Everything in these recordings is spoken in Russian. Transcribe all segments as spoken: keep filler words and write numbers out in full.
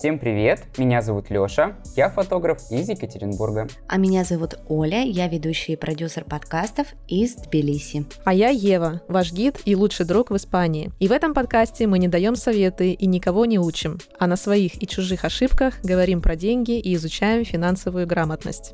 Всем привет, меня зовут Лёша, я фотограф из Екатеринбурга. А меня зовут Оля, я ведущая и продюсер подкастов из Тбилиси. А я Ева, ваш гид и лучший друг в Испании. И в этом подкасте мы не даем советы и никого не учим, а на своих и чужих ошибках говорим про деньги и изучаем финансовую грамотность.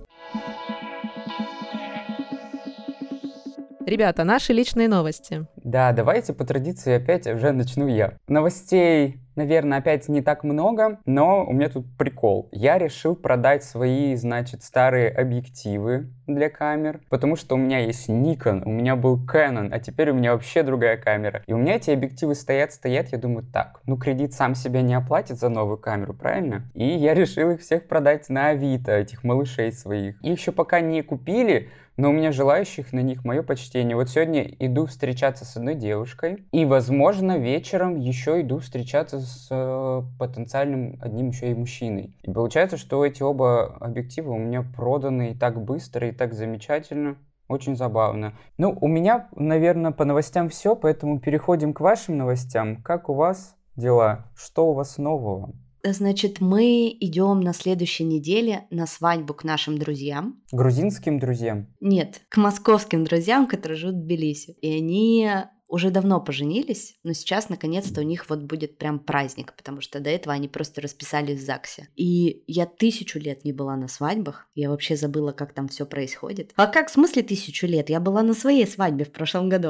Ребята, наши личные новости. Да, давайте по традиции опять уже начну я. Новостей, наверное, опять не так много, но у меня тут прикол. Я решил продать свои, значит, старые объективы для камер, потому что у меня есть Nikon, у меня был Canon, а теперь у меня вообще другая камера. И у меня эти объективы стоят, стоят, я думаю, так, ну кредит сам себя не оплатит за новую камеру, правильно? И я решил их всех продать на Авито, этих малышей своих. Их еще пока не купили, но у меня желающих на них мое почтение. Вот сегодня иду встречаться с одной девушкой, и, возможно, вечером еще иду встречаться с э, потенциальным одним еще и мужчиной. И получается, что эти оба объектива у меня проданы и так быстро, и так замечательно. Очень забавно. Ну, у меня, наверное, по новостям все, поэтому переходим к вашим новостям. Как у вас дела? Что у вас нового? Значит, мы идем на следующей неделе на свадьбу к нашим друзьям. Грузинским друзьям? Нет, к московским друзьям, которые живут в Тбилиси. И они уже давно поженились, но сейчас, наконец-то, у них вот будет прям праздник, потому что до этого они просто расписались в ЗАГСе. И я тысячу лет не была на свадьбах, я вообще забыла, как там все происходит. А как, в смысле тысячу лет? Я была на своей свадьбе в прошлом году.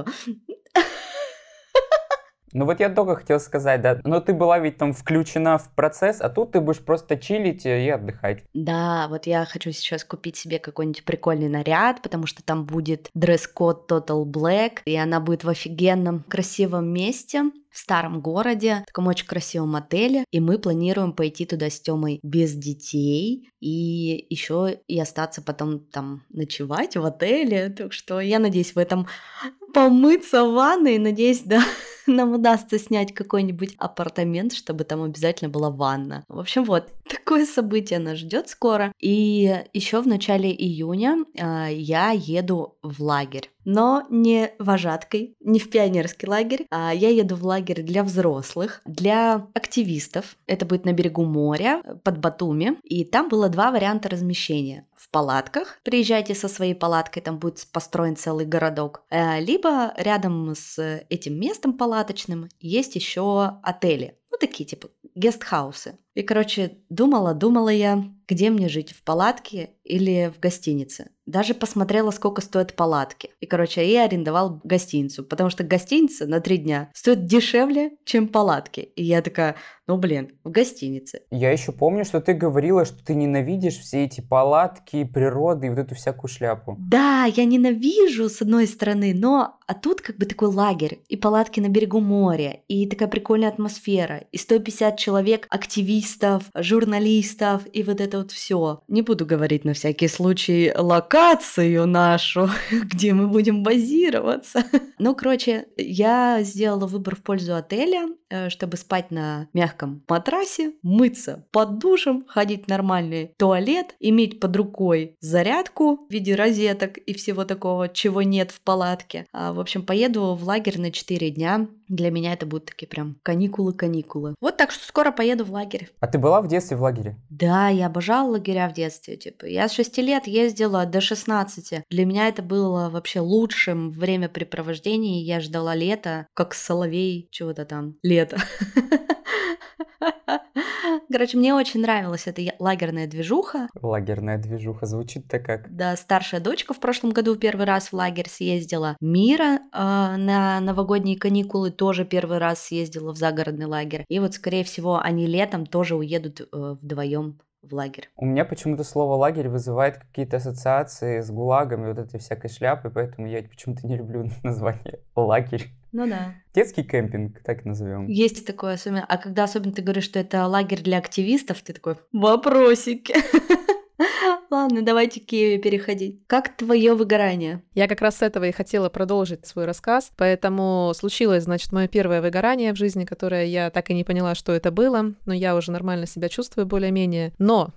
Ну вот я только хотел сказать, да, но ты была ведь там включена в процесс, а тут ты будешь просто чилить и отдыхать. Да, вот я хочу сейчас купить себе какой-нибудь прикольный наряд, потому что там будет дресс-код Total Black, и она будет в офигенном красивом месте, в старом городе, в таком очень красивом отеле, и мы планируем пойти туда с Тёмой без детей и еще и остаться потом там ночевать в отеле, так что я надеюсь в этом помыться в ванной, надеюсь, да, нам удастся снять какой-нибудь апартамент, чтобы там обязательно была ванна. В общем, вот, такое событие нас ждет скоро. И еще в начале июня э, я еду в лагерь. Но не вожаткой, не в пионерский лагерь, а я еду в лагерь для взрослых, для активистов. Это будет на берегу моря, под Батуми. И там было два варианта размещения. В палатках, приезжайте со своей палаткой, там будет построен целый городок. Либо рядом с этим местом палаточным есть еще отели. Ну, такие типа гестхаусы. И, короче, думала-думала я, где мне жить, в палатке или в гостинице. Даже посмотрела, сколько стоят палатки. И, короче, я арендовала гостиницу, потому что гостиница на три дня стоит дешевле, чем палатки. И я такая, ну, блин, в гостинице. Я еще помню, что ты говорила, что ты ненавидишь все эти палатки, природы и вот эту всякую шляпу. Да, я ненавижу, с одной стороны, но а тут как бы такой лагерь, и палатки на берегу моря, и такая прикольная атмосфера, и сто пятьдесят человек, активистов, журналистов, и вот это вот все. Не буду говорить на всякий случай локацию нашу, где мы будем базироваться. Ну, короче, я сделала выбор в пользу отеля, чтобы спать на мягком матрасе, мыться под душем, ходить в нормальный туалет, иметь под рукой зарядку в виде розеток и всего такого, чего нет в палатке. В общем, поеду в лагерь на четыре дня. Для меня это будут такие прям каникулы-каникулы. Вот так что скоро поеду в лагерь. А ты была в детстве в лагере? Да, я обожала лагеря в детстве. Типа, я с шести лет ездила до шестнадцати. Для меня это было вообще лучшим времяпрепровождением. Я ждала лета, как соловей, чего-то там, лето. Короче, мне очень нравилась эта лагерная движуха. Лагерная движуха, звучит-то как... Да, старшая дочка в прошлом году первый раз в лагерь съездила. Мира э, на новогодние каникулы тоже первый раз съездила в загородный лагерь. И вот, скорее всего, они летом тоже уедут э, вдвоем в лагерь. У меня почему-то слово «лагерь» вызывает какие-то ассоциации с ГУЛАГом и вот этой всякой шляпой, поэтому я почему-то не люблю название «лагерь». Ну да. Детский кемпинг, так назовем. Есть такое особенно. А когда особенно ты говоришь, что это лагерь для активистов, ты такой, вопросики. Ладно, давайте к Киеве переходить. Как твое выгорание? Я как раз с этого и хотела продолжить свой рассказ, поэтому случилось, значит, мое первое выгорание в жизни, которое я так и не поняла, что это было, но я уже нормально себя чувствую более-менее. Но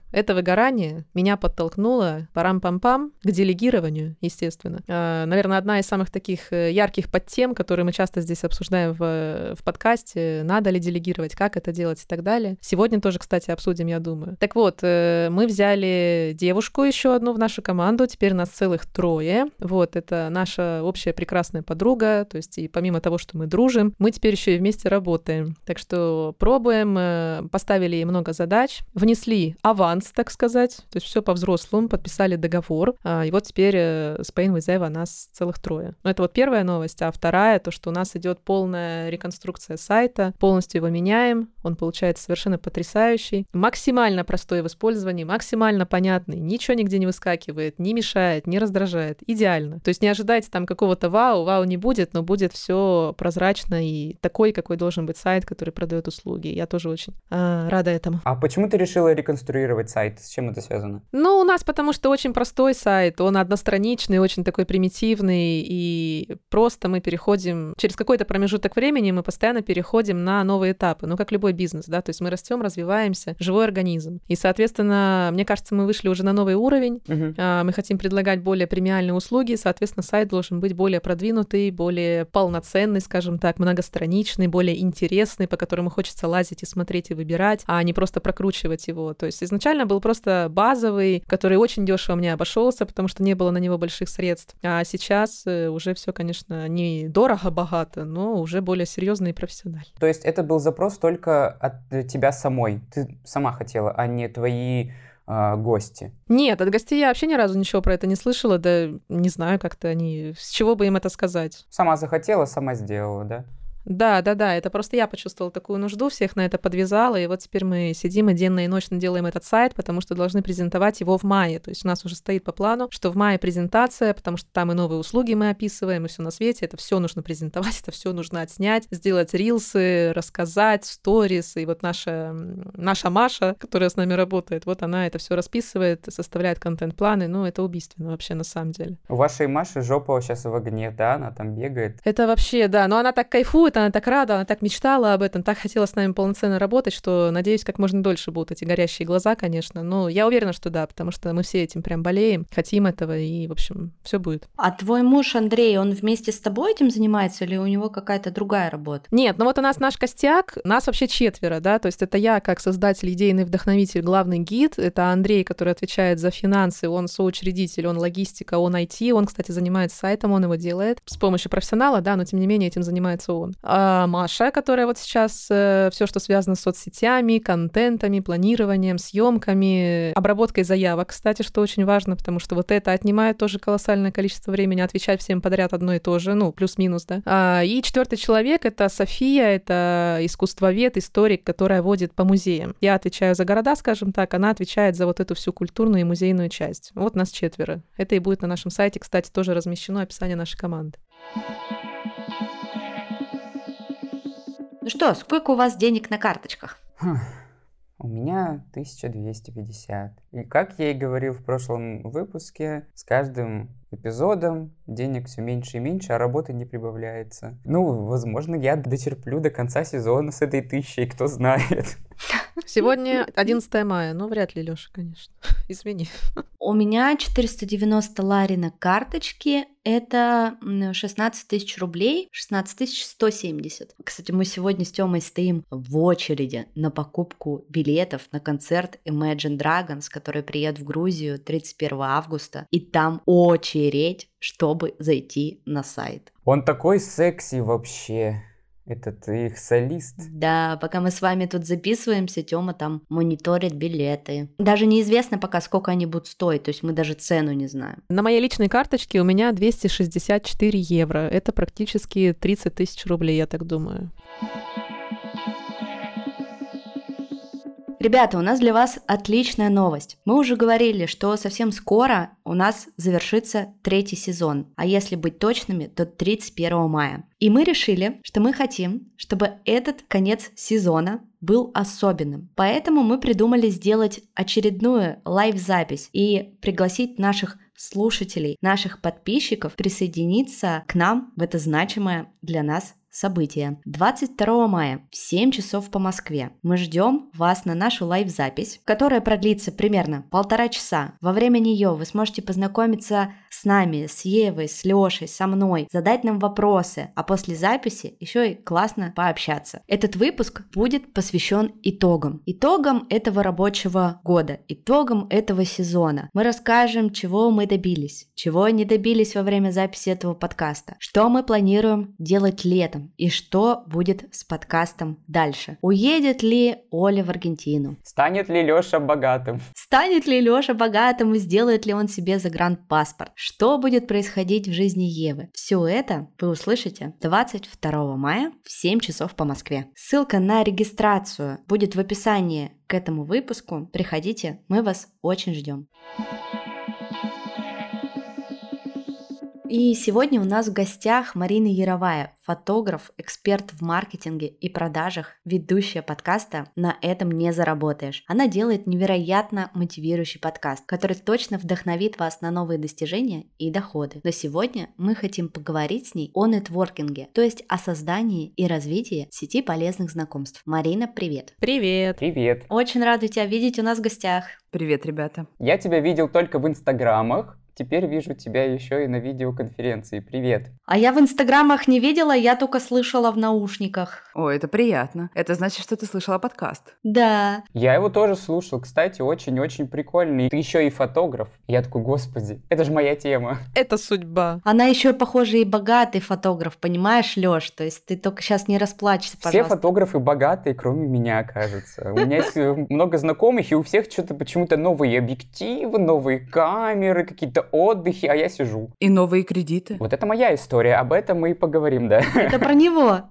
это выгорание меня подтолкнуло парам-пам-пам к делегированию, естественно. Наверное, одна из самых таких ярких подтем, которые мы часто здесь обсуждаем в, в подкасте, надо ли делегировать, как это делать и так далее. Сегодня тоже, кстати, обсудим, я думаю. Так вот, мы взяли девушку еще одну в нашу команду, теперь нас целых трое. Вот, это наша общая прекрасная подруга, то есть и помимо того, что мы дружим, мы теперь еще и вместе работаем. Так что пробуем, поставили ей много задач, внесли аванс, так сказать, то есть все по-взрослому, подписали договор, и вот теперь с Pain with Eva нас целых трое. Но это вот первая новость, а вторая, то, что у нас идет полная реконструкция сайта, полностью его меняем, он получается совершенно потрясающий, максимально простой в использовании, максимально понятный, ничего нигде не выскакивает, не мешает, не раздражает, идеально. То есть не ожидайте там какого-то вау, вау не будет, но будет все прозрачно и такой, какой должен быть сайт, который продает услуги. Я тоже очень э, рада этому. А почему ты решила реконструировать сайт? С чем это связано? Ну, у нас потому что очень простой сайт, он одностраничный, очень такой примитивный, и просто мы переходим, через какой-то промежуток времени мы постоянно переходим на новые этапы, ну, как любой бизнес, да, то есть мы растем, развиваемся, живой организм. И, соответственно, мне кажется, мы вышли уже на новый уровень, uh-huh. а, мы хотим предлагать более премиальные услуги, соответственно, сайт должен быть более продвинутый, более полноценный, скажем так, многостраничный, более интересный, по которому хочется лазить и смотреть и выбирать, а не просто прокручивать его. То есть изначально был просто базовый, который очень дешево мне обошелся, потому что не было на него больших средств. А сейчас уже все, конечно, не дорого-богато, но уже более серьезно и профессионально. То есть это был запрос только от тебя самой? Ты сама хотела, а не твои э, гости? Нет, от гостей я вообще ни разу ничего про это не слышала, да не знаю, как-то они... С чего бы им это сказать? Сама захотела, сама сделала, да? Да, да, да, это просто я почувствовала такую нужду, всех на это подвязала, и вот теперь мы сидим и денно и ночно делаем этот сайт, потому что должны презентовать его в мае, то есть у нас уже стоит по плану, что в мае презентация, потому что там и новые услуги мы описываем, и все на свете, это все нужно презентовать, это все нужно отснять, сделать рилсы, рассказать, сторис, и вот наша, наша Маша, которая с нами работает, вот она это все расписывает, составляет контент-планы, ну это убийственно вообще на самом деле. У вашей Маши жопа сейчас в огне, да, она там бегает? Это вообще, да, но она так кайфует, она так рада, она так мечтала об этом, так хотела с нами полноценно работать, что, надеюсь, как можно дольше будут эти горящие глаза, конечно. Но я уверена, что да, потому что мы все этим прям болеем, хотим этого, и, в общем, все будет. А твой муж, Андрей, он вместе с тобой этим занимается, или у него какая-то другая работа? Нет, ну вот у нас наш костяк, нас вообще четверо, да, то есть это я как создатель, идейный вдохновитель, главный гид, это Андрей, который отвечает за финансы, он соучредитель, он логистика, он ай ти, он, кстати, занимается сайтом, он его делает с помощью профессионала, да, но тем не менее этим занимается он. А Маша, которая вот сейчас э, все, что связано с соцсетями, контентами, планированием, съемками, обработкой заявок, кстати, что очень важно, потому что вот это отнимает тоже колоссальное количество времени, отвечать всем подряд одно и то же, ну, плюс-минус, да. А, и четвертый человек — это София, это искусствовед, историк, которая водит по музеям. Я отвечаю за города, скажем так, она отвечает за вот эту всю культурную и музейную часть. Вот нас четверо. Это и будет на нашем сайте, кстати, тоже размещено описание нашей команды. Ну что, сколько у вас денег на карточках? Хм, у меня тысяча двести пятьдесят. И как я и говорил в прошлом выпуске, с каждым эпизодом денег все меньше и меньше, а работы не прибавляется. Ну, возможно, я дотерплю до конца сезона с этой тысячей, кто знает. Сегодня одиннадцатое мая, ну, вряд ли, Лёша, конечно. Извини. У меня четыреста девяносто лари на карточке, это шестнадцать тысяч рублей, шестнадцать тысяч сто семьдесят. Кстати, мы сегодня с Тёмой стоим в очереди на покупку билетов на концерт Imagine Dragons, который приедет в Грузию тридцать первого августа, и там очередь, чтобы зайти на сайт. Он такой секси вообще. Этот их солист. Да, пока мы с вами тут записываемся, Тёма там мониторит билеты. Даже неизвестно пока, сколько они будут стоить, то есть мы даже цену не знаем. На моей личной карточке у меня двести шестьдесят четыре евро. Это практически тридцать тысяч рублей, я так думаю. Ребята, у нас для вас отличная новость. Мы уже говорили, что совсем скоро у нас завершится третий сезон, а если быть точными, то тридцать первого мая. И мы решили, что мы хотим, чтобы этот конец сезона был особенным. Поэтому мы придумали сделать очередную лайв-запись и пригласить наших слушателей, наших подписчиков присоединиться к нам в это значимое для нас событие. двадцать второго мая в семь часов по Москве. Мы ждем вас на нашу лайв-запись, которая продлится примерно полтора часа. Во время нее вы сможете познакомиться с нами, с Евой, с Лешей, со мной, задать нам вопросы, а после записи еще и классно пообщаться. Этот выпуск будет посвящен итогам. Итогам этого рабочего года, итогам этого сезона. Мы расскажем, чего мы добились, чего не добились во время записи этого подкаста, что мы планируем делать летом и что будет с подкастом дальше. Уедет ли Оля в Аргентину? Станет ли Леша богатым? Станет ли Леша богатым и сделает ли он себе загранпаспорт? Что будет происходить в жизни Евы? Все это вы услышите двадцать второго мая в семь часов по Москве. Ссылка на регистрацию будет в описании к этому выпуску. Приходите, мы вас очень ждем. И сегодня у нас в гостях Марина Яровая, фотограф, эксперт в маркетинге и продажах, ведущая подкаста «На этом не заработаешь». Она делает невероятно мотивирующий подкаст, который точно вдохновит вас на новые достижения и доходы. Но сегодня мы хотим поговорить с ней о нетворкинге, то есть о создании и развитии сети полезных знакомств. Марина, привет! Привет! Привет! Очень рада тебя видеть у нас в гостях. Привет, ребята! Я тебя видел только в инстаграмах. Теперь вижу тебя еще и на видеоконференции. Привет. А я в инстаграмах не видела, я только слышала в наушниках. О, это приятно. Это значит, что ты слышала подкаст. Да. Я его тоже слушал, кстати, очень-очень прикольный. Ты еще и фотограф. Я такой, господи, это же моя тема. Это судьба. Она еще, похоже, и богатый фотограф, понимаешь, Лёш? То есть ты только сейчас не расплачься, пожалуйста. Все фотографы богатые, кроме меня, кажется. У меня есть много знакомых, и у всех что-то почему-то новые объективы, новые камеры, какие-то отдыхи, а я сижу. И новые кредиты. Вот это моя история, об этом мы и поговорим, да. Это про него.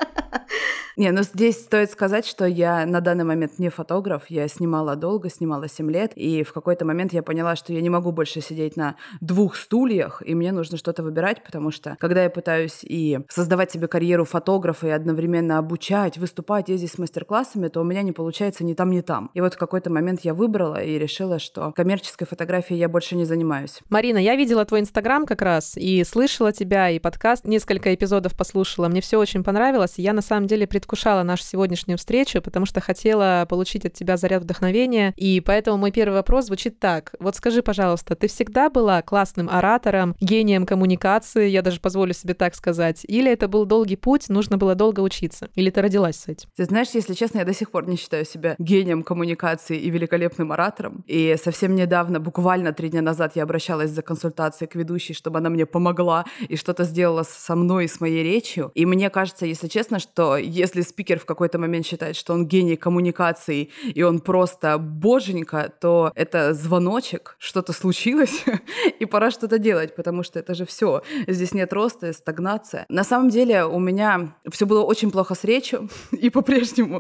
Не, ну здесь стоит сказать, что я на данный момент не фотограф, я снимала долго, снимала семь лет, и в какой-то момент я поняла, что я не могу больше сидеть на двух стульях, и мне нужно что-то выбирать, потому что когда я пытаюсь и создавать себе карьеру фотографа и одновременно обучать, выступать, ездить с мастер-классами, то у меня не получается ни там, ни там. И вот в какой-то момент я выбрала и решила, что коммерческой фотографией я больше не занимаюсь. Марина, я видела твой инстаграм как раз, и слышала тебя, и подкаст, несколько эпизодов послушала, мне все очень понравилось, и я на самом деле предвкушала нашу сегодняшнюю встречу, потому что хотела получить от тебя заряд вдохновения. И поэтому мой первый вопрос звучит так. Вот скажи, пожалуйста, ты всегда была классным оратором, гением коммуникации, я даже позволю себе так сказать, или это был долгий путь, нужно было долго учиться? Или ты родилась с этим? Ты знаешь, если честно, я до сих пор не считаю себя гением коммуникации и великолепным оратором. И совсем недавно, буквально три дня назад, я обращалась за консультацией к ведущей, чтобы она мне помогла и что-то сделала со мной и с моей речью. И мне кажется, если честно, что если Если спикер в какой-то момент считает, что он гений коммуникации, и он просто боженька, то это звоночек, что-то случилось, и пора что-то делать, потому что это же все. Здесь нет роста, стагнация. На самом деле у меня все было очень плохо с речью, и по-прежнему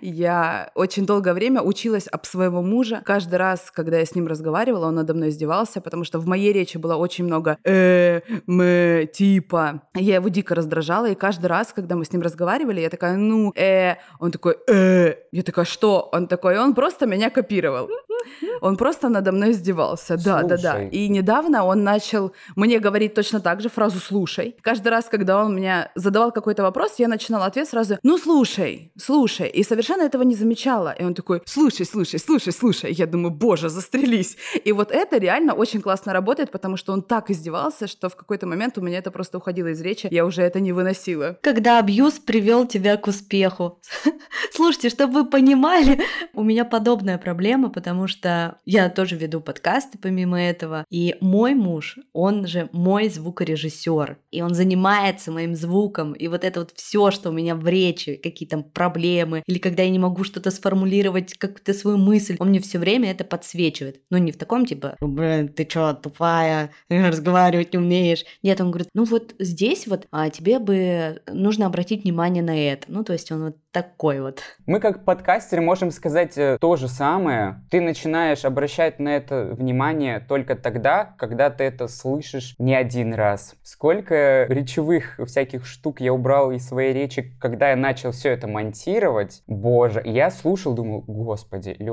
я очень долгое время училась об своего мужа. Каждый раз, когда я с ним разговаривала, он надо мной издевался, потому что в моей речи было очень много «э», «мэ», «типа». Я его дико раздражала, и каждый раз, когда мы с ним разговаривали, я такая ну, э, он такой, э, я такая, что? Он такой, он просто меня копировал. Он просто надо мной издевался, да, да, да. И недавно он начал мне говорить точно так же фразу «слушай». Каждый раз, когда он меня задавал какой-то вопрос, я начинала ответ сразу «ну, слушай, слушай». И совершенно этого не замечала. И он такой «слушай, слушай, слушай, слушай». Я думаю, боже, застрелись. И вот это реально очень классно работает, потому что он так издевался, что в какой-то момент у меня это просто уходило из речи, я уже это не выносила. Когда абьюз привел тебя к успеху. Слушайте, чтобы вы понимали, у меня подобная проблема, потому что я тоже веду подкасты помимо этого, и мой муж, он же мой звукорежиссер, и он занимается моим звуком, и вот это вот все, что у меня в речи, какие-то проблемы, или когда я не могу что-то сформулировать, как-то свою мысль, он мне все время это подсвечивает. Ну, не в таком типа, блин, ты чё, тупая, разговаривать не умеешь. Нет, он говорит, ну вот здесь вот а, тебе бы нужно обратить внимание на это. Ну, то есть он вот такой вот. Мы как подкастеры можем сказать то же самое. Ты начинаешь обращать на это внимание только тогда, когда ты это слышишь не один раз. Сколько речевых всяких штук я убрал из своей речи, когда я начал все это монтировать. Боже, я слушал, думал, господи, Лёш,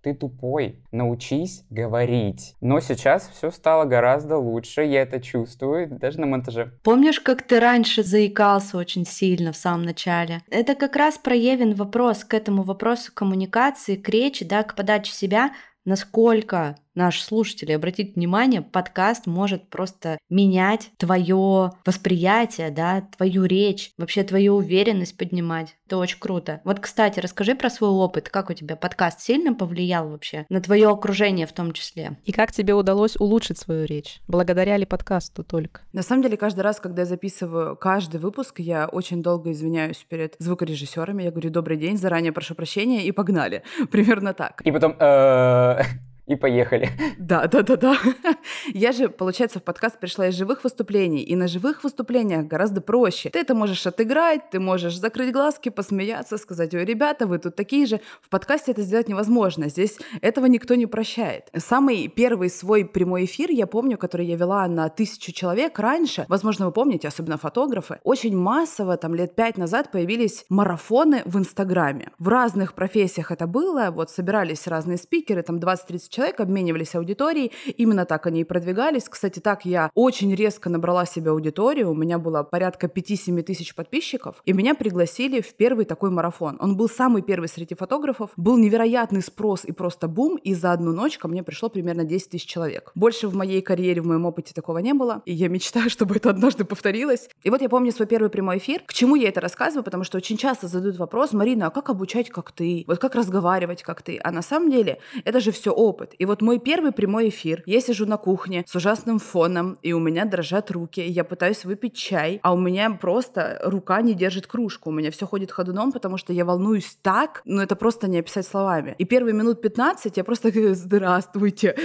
ты тупой, научись говорить. Но сейчас все стало гораздо лучше, я это чувствую, даже на монтаже. Помнишь, как ты раньше заикался очень сильно в самом начале? Это как раз про Евин вопрос к этому вопросу коммуникации, к речи, да, к подаче себя, насколько наши слушатели, обратите внимание, подкаст может просто менять твое восприятие, да, твою речь, вообще твою уверенность поднимать. Это очень круто. Вот, кстати, расскажи про свой опыт. Как у тебя подкаст сильно повлиял вообще на твое окружение в том числе? И как тебе удалось улучшить свою речь? Благодаря ли подкасту только? На самом деле, каждый раз, когда я записываю каждый выпуск, я очень долго извиняюсь перед звукорежиссерами. Я говорю: добрый день, заранее прошу прощения, и погнали. Примерно так. И потом... э, И поехали. Да, да, да, да. Я же, получается, в подкаст пришла из живых выступлений, и на живых выступлениях гораздо проще. Ты это можешь отыграть, ты можешь закрыть глазки, посмеяться, сказать: ой, ребята, вы тут такие же. В подкасте это сделать невозможно, здесь этого никто не прощает. Самый первый свой прямой эфир, я помню, который я вела на тысячу человек раньше, возможно, вы помните, особенно фотографы, очень массово, там, лет пять назад появились марафоны в Инстаграме. В разных профессиях это было, вот собирались разные спикеры, там двадцать-тридцать человек, обменивались аудиторией, именно так они и продвигались. Кстати, так я очень резко набрала себе аудиторию, у меня было порядка пять-семь тысяч подписчиков, и меня пригласили в первый такой марафон. Он был самый первый среди фотографов, был невероятный спрос и просто бум, и за одну ночь ко мне пришло примерно десять тысяч человек. Больше в моей карьере, в моем опыте такого не было, и я мечтаю, чтобы это однажды повторилось. И вот я помню свой первый прямой эфир. К чему я это рассказываю? Потому что очень часто задают вопрос: Марина, а как обучать, как ты? Вот как разговаривать, как ты? А на самом деле это же все опыт. И вот мой первый прямой эфир, я сижу на кухне с ужасным фоном, и у меня дрожат руки, и я пытаюсь выпить чай, а у меня просто рука не держит кружку, у меня все ходит ходуном, потому что я волнуюсь так, ну это просто не описать словами. И первые минут пятнадцать я просто говорю: здравствуйте,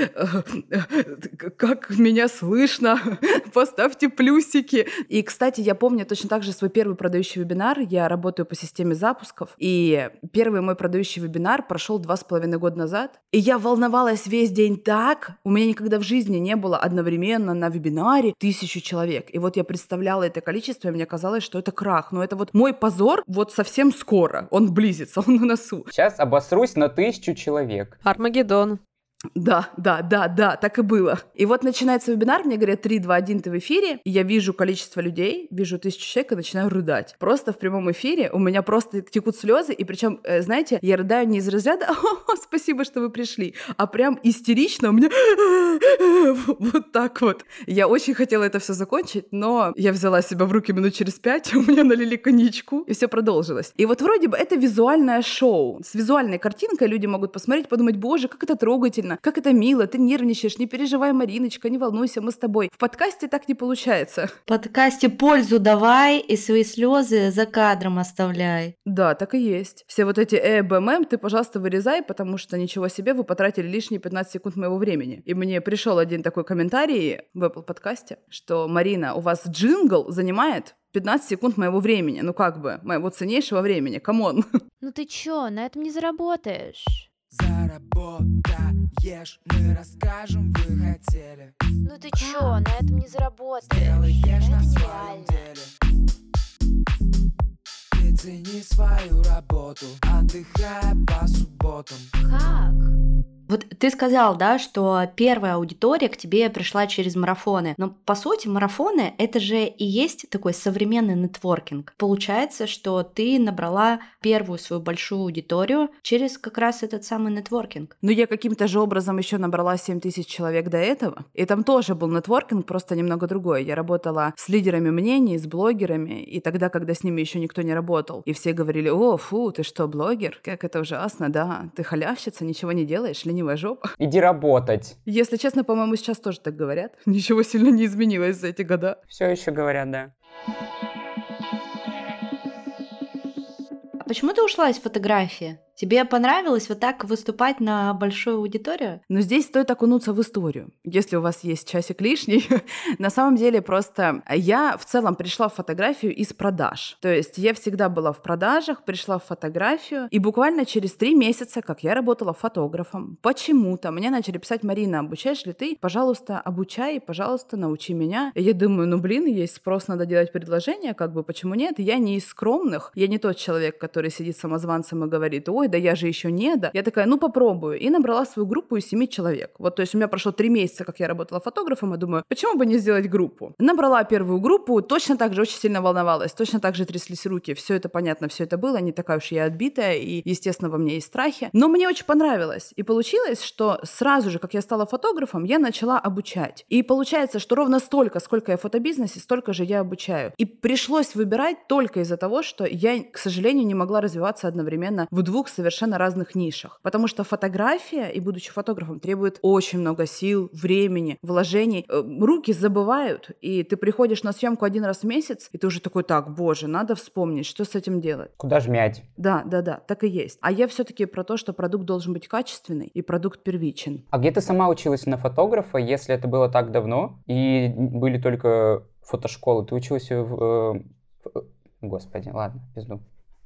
как меня слышно, поставьте плюсики. И, кстати, я помню точно так же свой первый продающий вебинар, я работаю по системе запусков, и первый мой продающий вебинар прошел два с половиной года назад, и я волновалась весь день так. У меня никогда в жизни не было одновременно на вебинаре тысячу человек. И вот я представляла это количество, и мне казалось, что это крах. Но это вот мой позор вот совсем скоро. Он близится, он на носу. Сейчас обосрусь на тысячу человек. Армагеддон. Да, да, да, да, так и было. И вот начинается вебинар, мне говорят: три, два, один, ты в эфире. И я вижу количество людей, вижу тысячу человек и начинаю рыдать. Просто в прямом эфире у меня просто текут слезы. И причем, знаете, я рыдаю не из разряда «О, спасибо, что вы пришли», а прям истерично у меня вот так вот. Я очень хотела это все закончить, но я взяла себя в руки минут через пять, у меня налили коньячку, и все продолжилось. И вот вроде бы это визуальное шоу. С визуальной картинкой люди могут посмотреть, подумать: боже, как это трогательно, как это мило, ты нервничаешь, не переживай, Мариночка, не волнуйся, мы с тобой. В подкасте так не получается. В подкасте пользу давай и свои слезы за кадром оставляй. Да, так и есть. Все вот эти э, б, м, ты, пожалуйста, вырезай, потому что ничего себе, вы потратили лишние пятнадцать секунд моего времени. И мне пришел один такой комментарий в Apple подкасте, что: Марина, у вас джингл занимает пятнадцать секунд моего времени. Ну как бы, моего ценнейшего времени, камон. Ну ты чё, на этом не заработаешь. Заработаешь, мы расскажем, вы хотели. Ну ты чё, на этом не заработаешь. Сделаешь Это на нереально. своем деле. Ты цени свою работу, отдыхая по субботам. Как? Вот ты сказал, да, что первая аудитория к тебе пришла через марафоны. Но по сути марафоны — это же и есть такой современный нетворкинг. Получается, что ты набрала первую свою большую аудиторию через как раз этот самый нетворкинг. Ну, я каким-то же образом еще набрала семь тысяч человек до этого. И там тоже был нетворкинг, просто немного другой. Я работала с лидерами мнений, с блогерами, и тогда, когда с ними еще никто не работал. И все говорили: о, фу, ты что, блогер? Как это ужасно, да. Ты халявщица, ничего не делаешь, ленивая жопа. Иди работать. Если честно, по-моему, сейчас тоже так говорят. Ничего сильно не изменилось за эти года. Все еще говорят, да. А почему ты ушла из фотографии? Тебе понравилось вот так выступать на большую аудиторию? Но здесь стоит окунуться в историю. Если у вас есть часик лишний, на самом деле просто я в целом пришла в фотографию из продаж. То есть я всегда была в продажах, пришла в фотографию, и буквально через три месяца, как я работала фотографом, почему-то мне начали писать: Марина, обучаешь ли ты? Пожалуйста, обучай, пожалуйста, научи меня. И я думаю, ну блин, есть спрос, надо делать предложение, как бы почему нет? Я не из скромных, я не тот человек, который сидит самозванцем и говорит: ой, да я же еще не, да. Я такая, ну попробую. И набрала свою группу из семи человек. Вот, то есть у меня прошло три месяца, как я работала фотографом, и думаю, почему бы не сделать группу? Набрала первую группу, точно так же очень сильно волновалась, точно так же тряслись руки. Все это понятно, все это было, не такая уж я отбитая, и, естественно, во мне есть страхи. Но мне очень понравилось. И получилось, что сразу же, как я стала фотографом, я начала обучать. И получается, что ровно столько, сколько я в фотобизнесе, столько же я обучаю. И пришлось выбирать только из-за того, что я, к сожалению, не могла развиваться одновременно в двух совершенно разных нишах. Потому что фотография, и будучи фотографом, требует очень много сил, времени, вложений. Руки забывают, и ты приходишь на съемку один раз в месяц, и ты уже такой, так, боже, надо вспомнить, что с этим делать. Куда жмять? Да, да, да, так и есть. А я все-таки про то, что продукт должен быть качественный, и продукт первичен. А где ты сама училась на фотографа, если это было так давно, и были только фотошколы? Ты училась в... Э, в господи, ладно, пизду.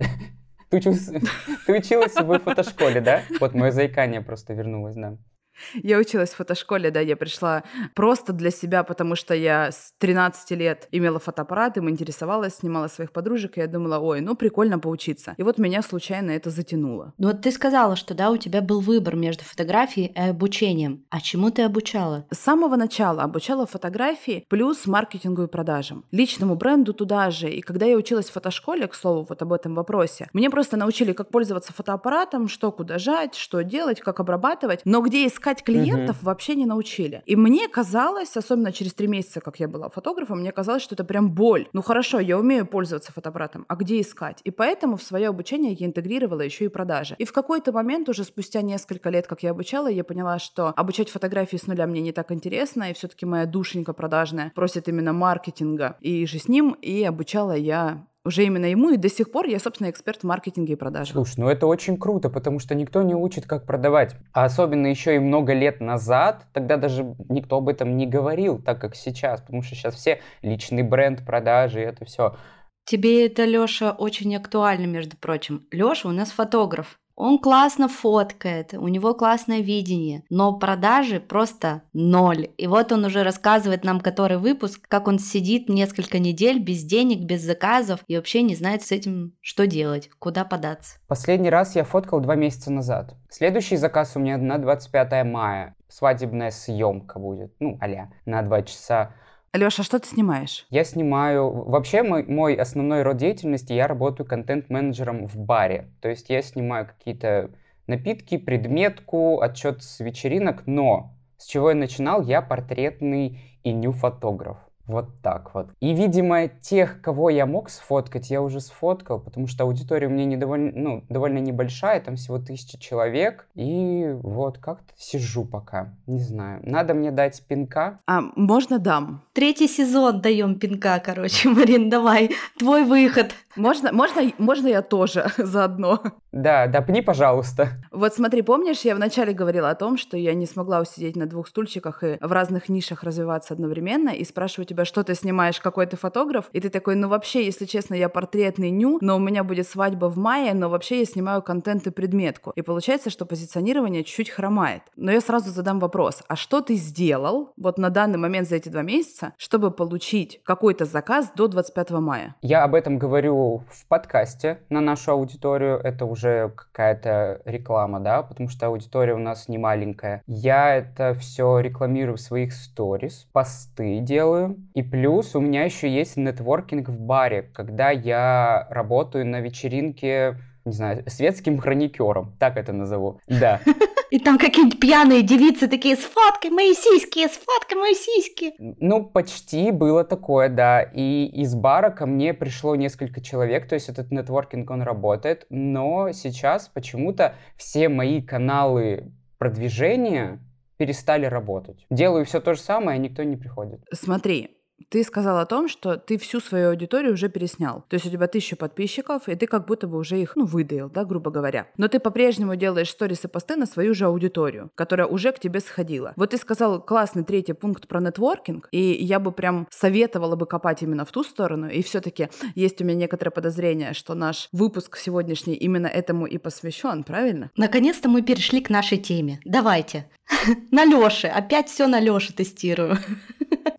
Ты училась, ты училась в фотошколе, да? Вот мое заикание просто вернулось, да. Я училась в фотошколе, да, я пришла просто для себя, потому что я с тринадцати лет имела фотоаппарат, им интересовалась, снимала своих подружек, и я думала, ой, ну прикольно поучиться. И вот меня случайно это затянуло. Ну вот ты сказала, что да, у тебя был выбор между фотографией и обучением. А чему ты обучала? С самого начала обучала фотографии плюс маркетингу и продажам. Личному бренду туда же. И когда я училась в фотошколе, к слову, вот об этом вопросе, мне просто научили, как пользоваться фотоаппаратом, что куда жать, что делать, как обрабатывать. Но где искать клиентов угу. вообще не научили. И мне казалось, особенно через три месяца, как я была фотографом, мне казалось, что это прям боль. Ну хорошо, я умею пользоваться фотоаппаратом, а где искать? И поэтому в свое обучение я интегрировала еще и продажи. И в какой-то момент, уже спустя несколько лет, как я обучала, я поняла, что обучать фотографии с нуля мне не так интересно, и все-таки моя душенька продажная просит именно маркетинга и же с ним, и обучала я уже именно ему, и до сих пор я, собственно, эксперт в маркетинге и продажах. Слушай, ну это очень круто, потому что никто не учит, как продавать. А особенно еще и много лет назад, тогда даже никто об этом не говорил, так как сейчас, потому что сейчас все личный бренд, продажи, это все. Тебе это, Лёша, очень актуально, между прочим. Лёша у нас фотограф. Он классно фоткает, у него классное видение, но продажи просто ноль. И вот он уже рассказывает нам, который выпуск, как он сидит несколько недель без денег, без заказов и вообще не знает с этим, что делать, куда податься. Последний раз я фоткал два месяца назад. Следующий заказ у меня на двадцать пятое мая. Свадебная съемка будет, ну, а-ля, на два часа. Лёша, что ты снимаешь? Я снимаю... Вообще мой, мой основной род деятельности, я работаю контент-менеджером в баре. То есть я снимаю какие-то напитки, предметку, отчет с вечеринок, но с чего я начинал? Я портретный и ню-фотограф. Вот так вот. И, видимо, тех, кого я мог сфоткать, я уже сфоткал, потому что аудитория у меня не довольно, ну, довольно небольшая, там всего тысяча человек. И вот как-то сижу пока, не знаю. Надо мне дать пинка. А можно дам? Третий сезон даем пинка, короче, Марин, давай, твой выход. Можно, можно, можно я тоже заодно? Да, допни, пожалуйста. Вот смотри, помнишь, я вначале говорила о том, что я не смогла усидеть на двух стульчиках и в разных нишах развиваться одновременно, и спрашиваю тебя, что ты снимаешь, какой ты фотограф, и ты такой, ну вообще, если честно, я портретный ню, но у меня будет свадьба в мае, но вообще я снимаю контент и предметку. И получается, что позиционирование чуть-чуть хромает. Но я сразу задам вопрос, а что ты сделал вот на данный момент за эти два месяца, чтобы получить какой-то заказ до двадцать пятого мая? Я об этом говорю в подкасте на нашу аудиторию. Это уже какая-то реклама, да, потому что аудитория у нас не маленькая. Я это все рекламирую в своих сторис, посты делаю. И плюс у меня еще есть нетворкинг в баре, когда я работаю на вечеринке, не знаю, светским хроникером, так это назову, да. И там какие-нибудь пьяные девицы такие, сфоткай мои сиськи, сфоткай мои сиськи. Ну, почти было такое, да. И из бара ко мне пришло несколько человек, то есть этот нетворкинг, он работает. Но сейчас почему-то все мои каналы продвижения перестали работать. Делаю все то же самое, а никто не приходит. Смотри. Ты сказал о том, что ты всю свою аудиторию уже переснял. То есть у тебя тысяча подписчиков, и ты как будто бы уже их, ну, выдаил, да, грубо говоря. Но ты по-прежнему делаешь сторис и посты на свою же аудиторию, которая уже к тебе сходила. Вот ты сказал классный третий пункт про нетворкинг, и я бы прям советовала бы копать именно в ту сторону. И все-таки есть у меня некоторое подозрение, что наш выпуск сегодняшний именно этому и посвящен, правильно? Наконец-то мы перешли к нашей теме. Давайте. На Лёше. Опять все на Лёше тестирую.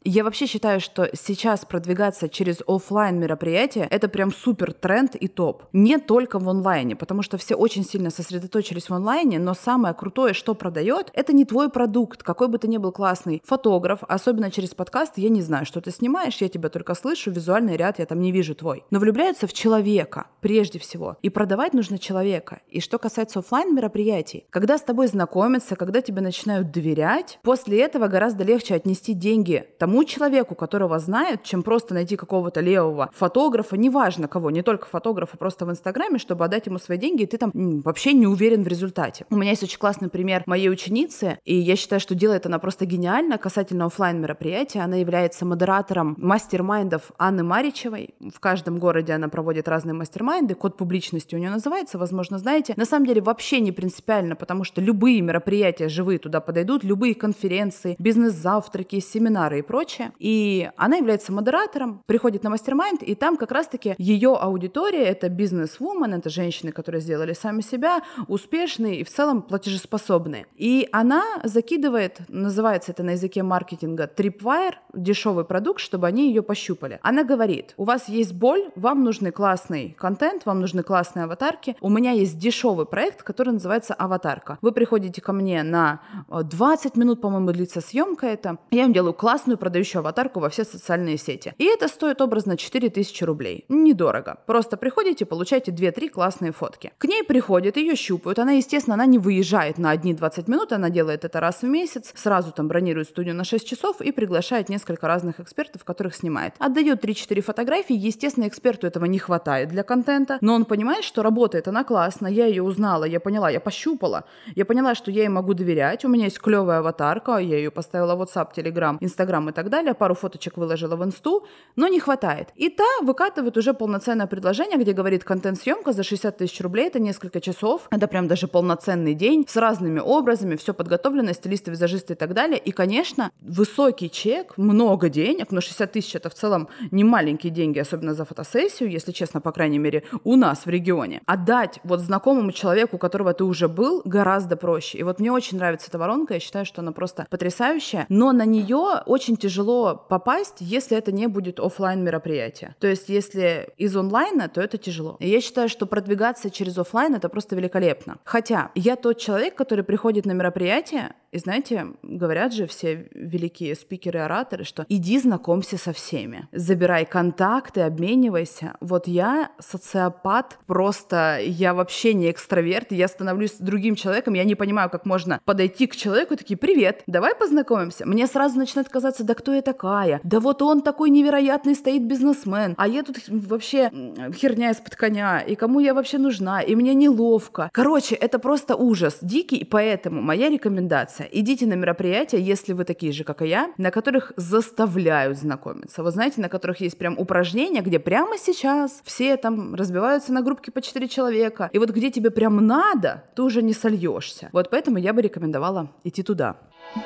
Я вообще считаю, что сейчас продвигаться через офлайн мероприятия — это прям супер тренд и топ. Не только в онлайне, потому что все очень сильно сосредоточились в онлайне, но самое крутое, что продает, это не твой продукт, какой бы ты ни был классный фотограф, особенно через подкаст, я не знаю, что ты снимаешь, я тебя только слышу, визуальный ряд я там не вижу твой. Но влюбляются в человека прежде всего. И продавать нужно человека. И что касается офлайн мероприятий, когда с тобой знакомятся, когда тебе начинают доверять, после этого гораздо легче отнести деньги тому человеку, которого знают, чем просто найти какого-то левого фотографа, неважно кого, не только фотографа, просто в Инстаграме, чтобы отдать ему свои деньги, и ты там м, вообще не уверен в результате. У меня есть очень классный пример моей ученицы, и я считаю, что делает она просто гениально касательно офлайн мероприятия. Она является модератором мастер-майндов Анны Маричевой. В каждом городе она проводит разные мастер-майнды, код публичности у нее называется, возможно, знаете. На самом деле вообще не принципиально, потому что любые мероприятия живые туда подойдут, любые конференции, бизнес-завтраки, семинары и прочее. И она является модератором, приходит на мастер-майнд, и там как раз-таки ее аудитория — это бизнес-вумен, это женщины, которые сделали сами себя, успешные и в целом платежеспособные. И она закидывает, называется это на языке маркетинга, Tripwire, дешевый продукт, чтобы они ее пощупали. Она говорит: у вас есть боль, вам нужны классный контент, вам нужны классные аватарки. У меня есть дешевый проект, который называется «Аватарка». Вы приходите ко мне на двадцать минут, по-моему, длится съемка это. Я вам делаю классную продающую аватарку во все социальные сети. И это стоит образно четыре тысячи рублей. Недорого. Просто приходите, получаете две-три классные фотки. К ней приходят, ее щупают. Она, естественно, она не выезжает на одни двадцать минут, она делает это раз в месяц, сразу там бронирует студию на шесть часов и приглашает несколько разных экспертов, которых снимает. Отдает три-четыре фотографии. Естественно, эксперту этого не хватает для контента, но он понимает, что работает она классно. Я ее узнала, я поняла, я пощупала. Я поняла, что я ей могу доверять. У меня есть клевая аватарка, я ее поставила в WhatsApp, Telegram, Instagram и так далее. Пару фоточек выложила в инсту, но не хватает. И та выкатывает уже полноценное предложение, где говорит: контент-съемка за шестьдесят тысяч рублей, это несколько часов, это прям даже полноценный день с разными образами, все подготовлено, стилисты, визажисты и так далее. И, конечно, высокий чек, много денег, но шестьдесят тысяч это в целом не маленькие деньги, особенно за фотосессию, если честно, по крайней мере, у нас в регионе. Отдать вот знакомому человеку, у которого ты уже был, гораздо проще. И вот мне очень нравится эта воронка, я считаю, что она просто потрясающая, но на нее очень тяжело попасть, если это не будет офлайн мероприятие. То есть, если из онлайна, то это тяжело. И я считаю, что продвигаться через офлайн — это просто великолепно. Хотя я тот человек, который приходит на мероприятие, и знаете, говорят же все великие спикеры и ораторы, что иди знакомься со всеми, забирай контакты, обменивайся. Вот я социопат, просто я вообще не экстраверт, я становлюсь другим человеком, я не понимаю, как можно подойти к человеку и такие: привет, давай познакомимся. Мне сразу начинает казаться: да кто я такая? Да вот он такой невероятный стоит бизнесмен, а я тут вообще херня из-под коня, и кому я вообще нужна, и мне неловко. Короче, это просто ужас дикий, и поэтому моя рекомендация: идите на мероприятия, если вы такие же, как и я, на которых заставляют знакомиться. Вы знаете, на которых есть прям упражнения, где прямо сейчас все там разбиваются на группки по четыре человека, и вот где тебе прям надо, ты уже не сольешься. Вот поэтому я бы рекомендовала идти туда.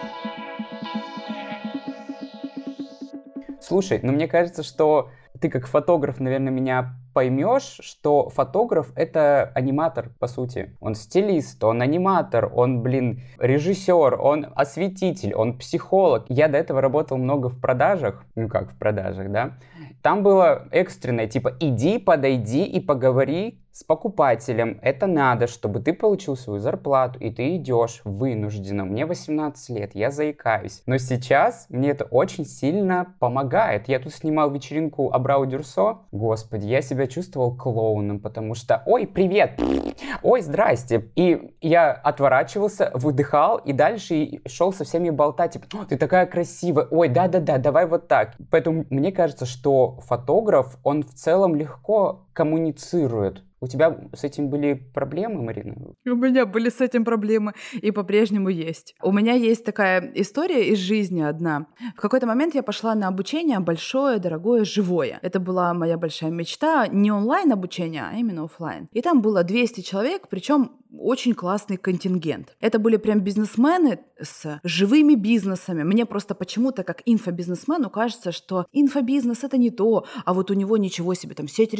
Слушай, ну мне кажется, что ты как фотограф, наверное, меня поймешь, что фотограф — это аниматор, по сути. Он стилист, он аниматор, он, блин, режиссер, он осветитель, он психолог. Я до этого работал много в продажах, ну как в продажах, да. Там было экстренное, типа, иди, подойди и поговори с покупателем. Это надо, чтобы ты получил свою зарплату, и ты идешь вынужденно. Мне восемнадцать лет, я заикаюсь. Но сейчас мне это очень сильно помогает. Я тут снимал вечеринку Абрау Дюрсо. Господи, я себя чувствовал клоуном, потому что: ой, привет, ой, здрасте. И я отворачивался, выдыхал, и дальше шел со всеми болтать, типа: ты такая красивая, ой, да-да-да, давай вот так. Поэтому мне кажется, что фотограф, он в целом легко коммуницирует. У тебя с этим были проблемы, Марина? У меня были с этим проблемы и по-прежнему есть. У меня есть такая история из жизни одна. В какой-то момент я пошла на обучение большое, дорогое, живое. Это была моя большая мечта. Не онлайн-обучение, а именно офлайн. И там было двести человек, причем очень классный контингент. Это были прям бизнесмены с живыми бизнесами. Мне просто почему-то, как инфобизнесмену, кажется, что инфобизнес — это не то, а вот у него ничего себе, там сеть ресторанов,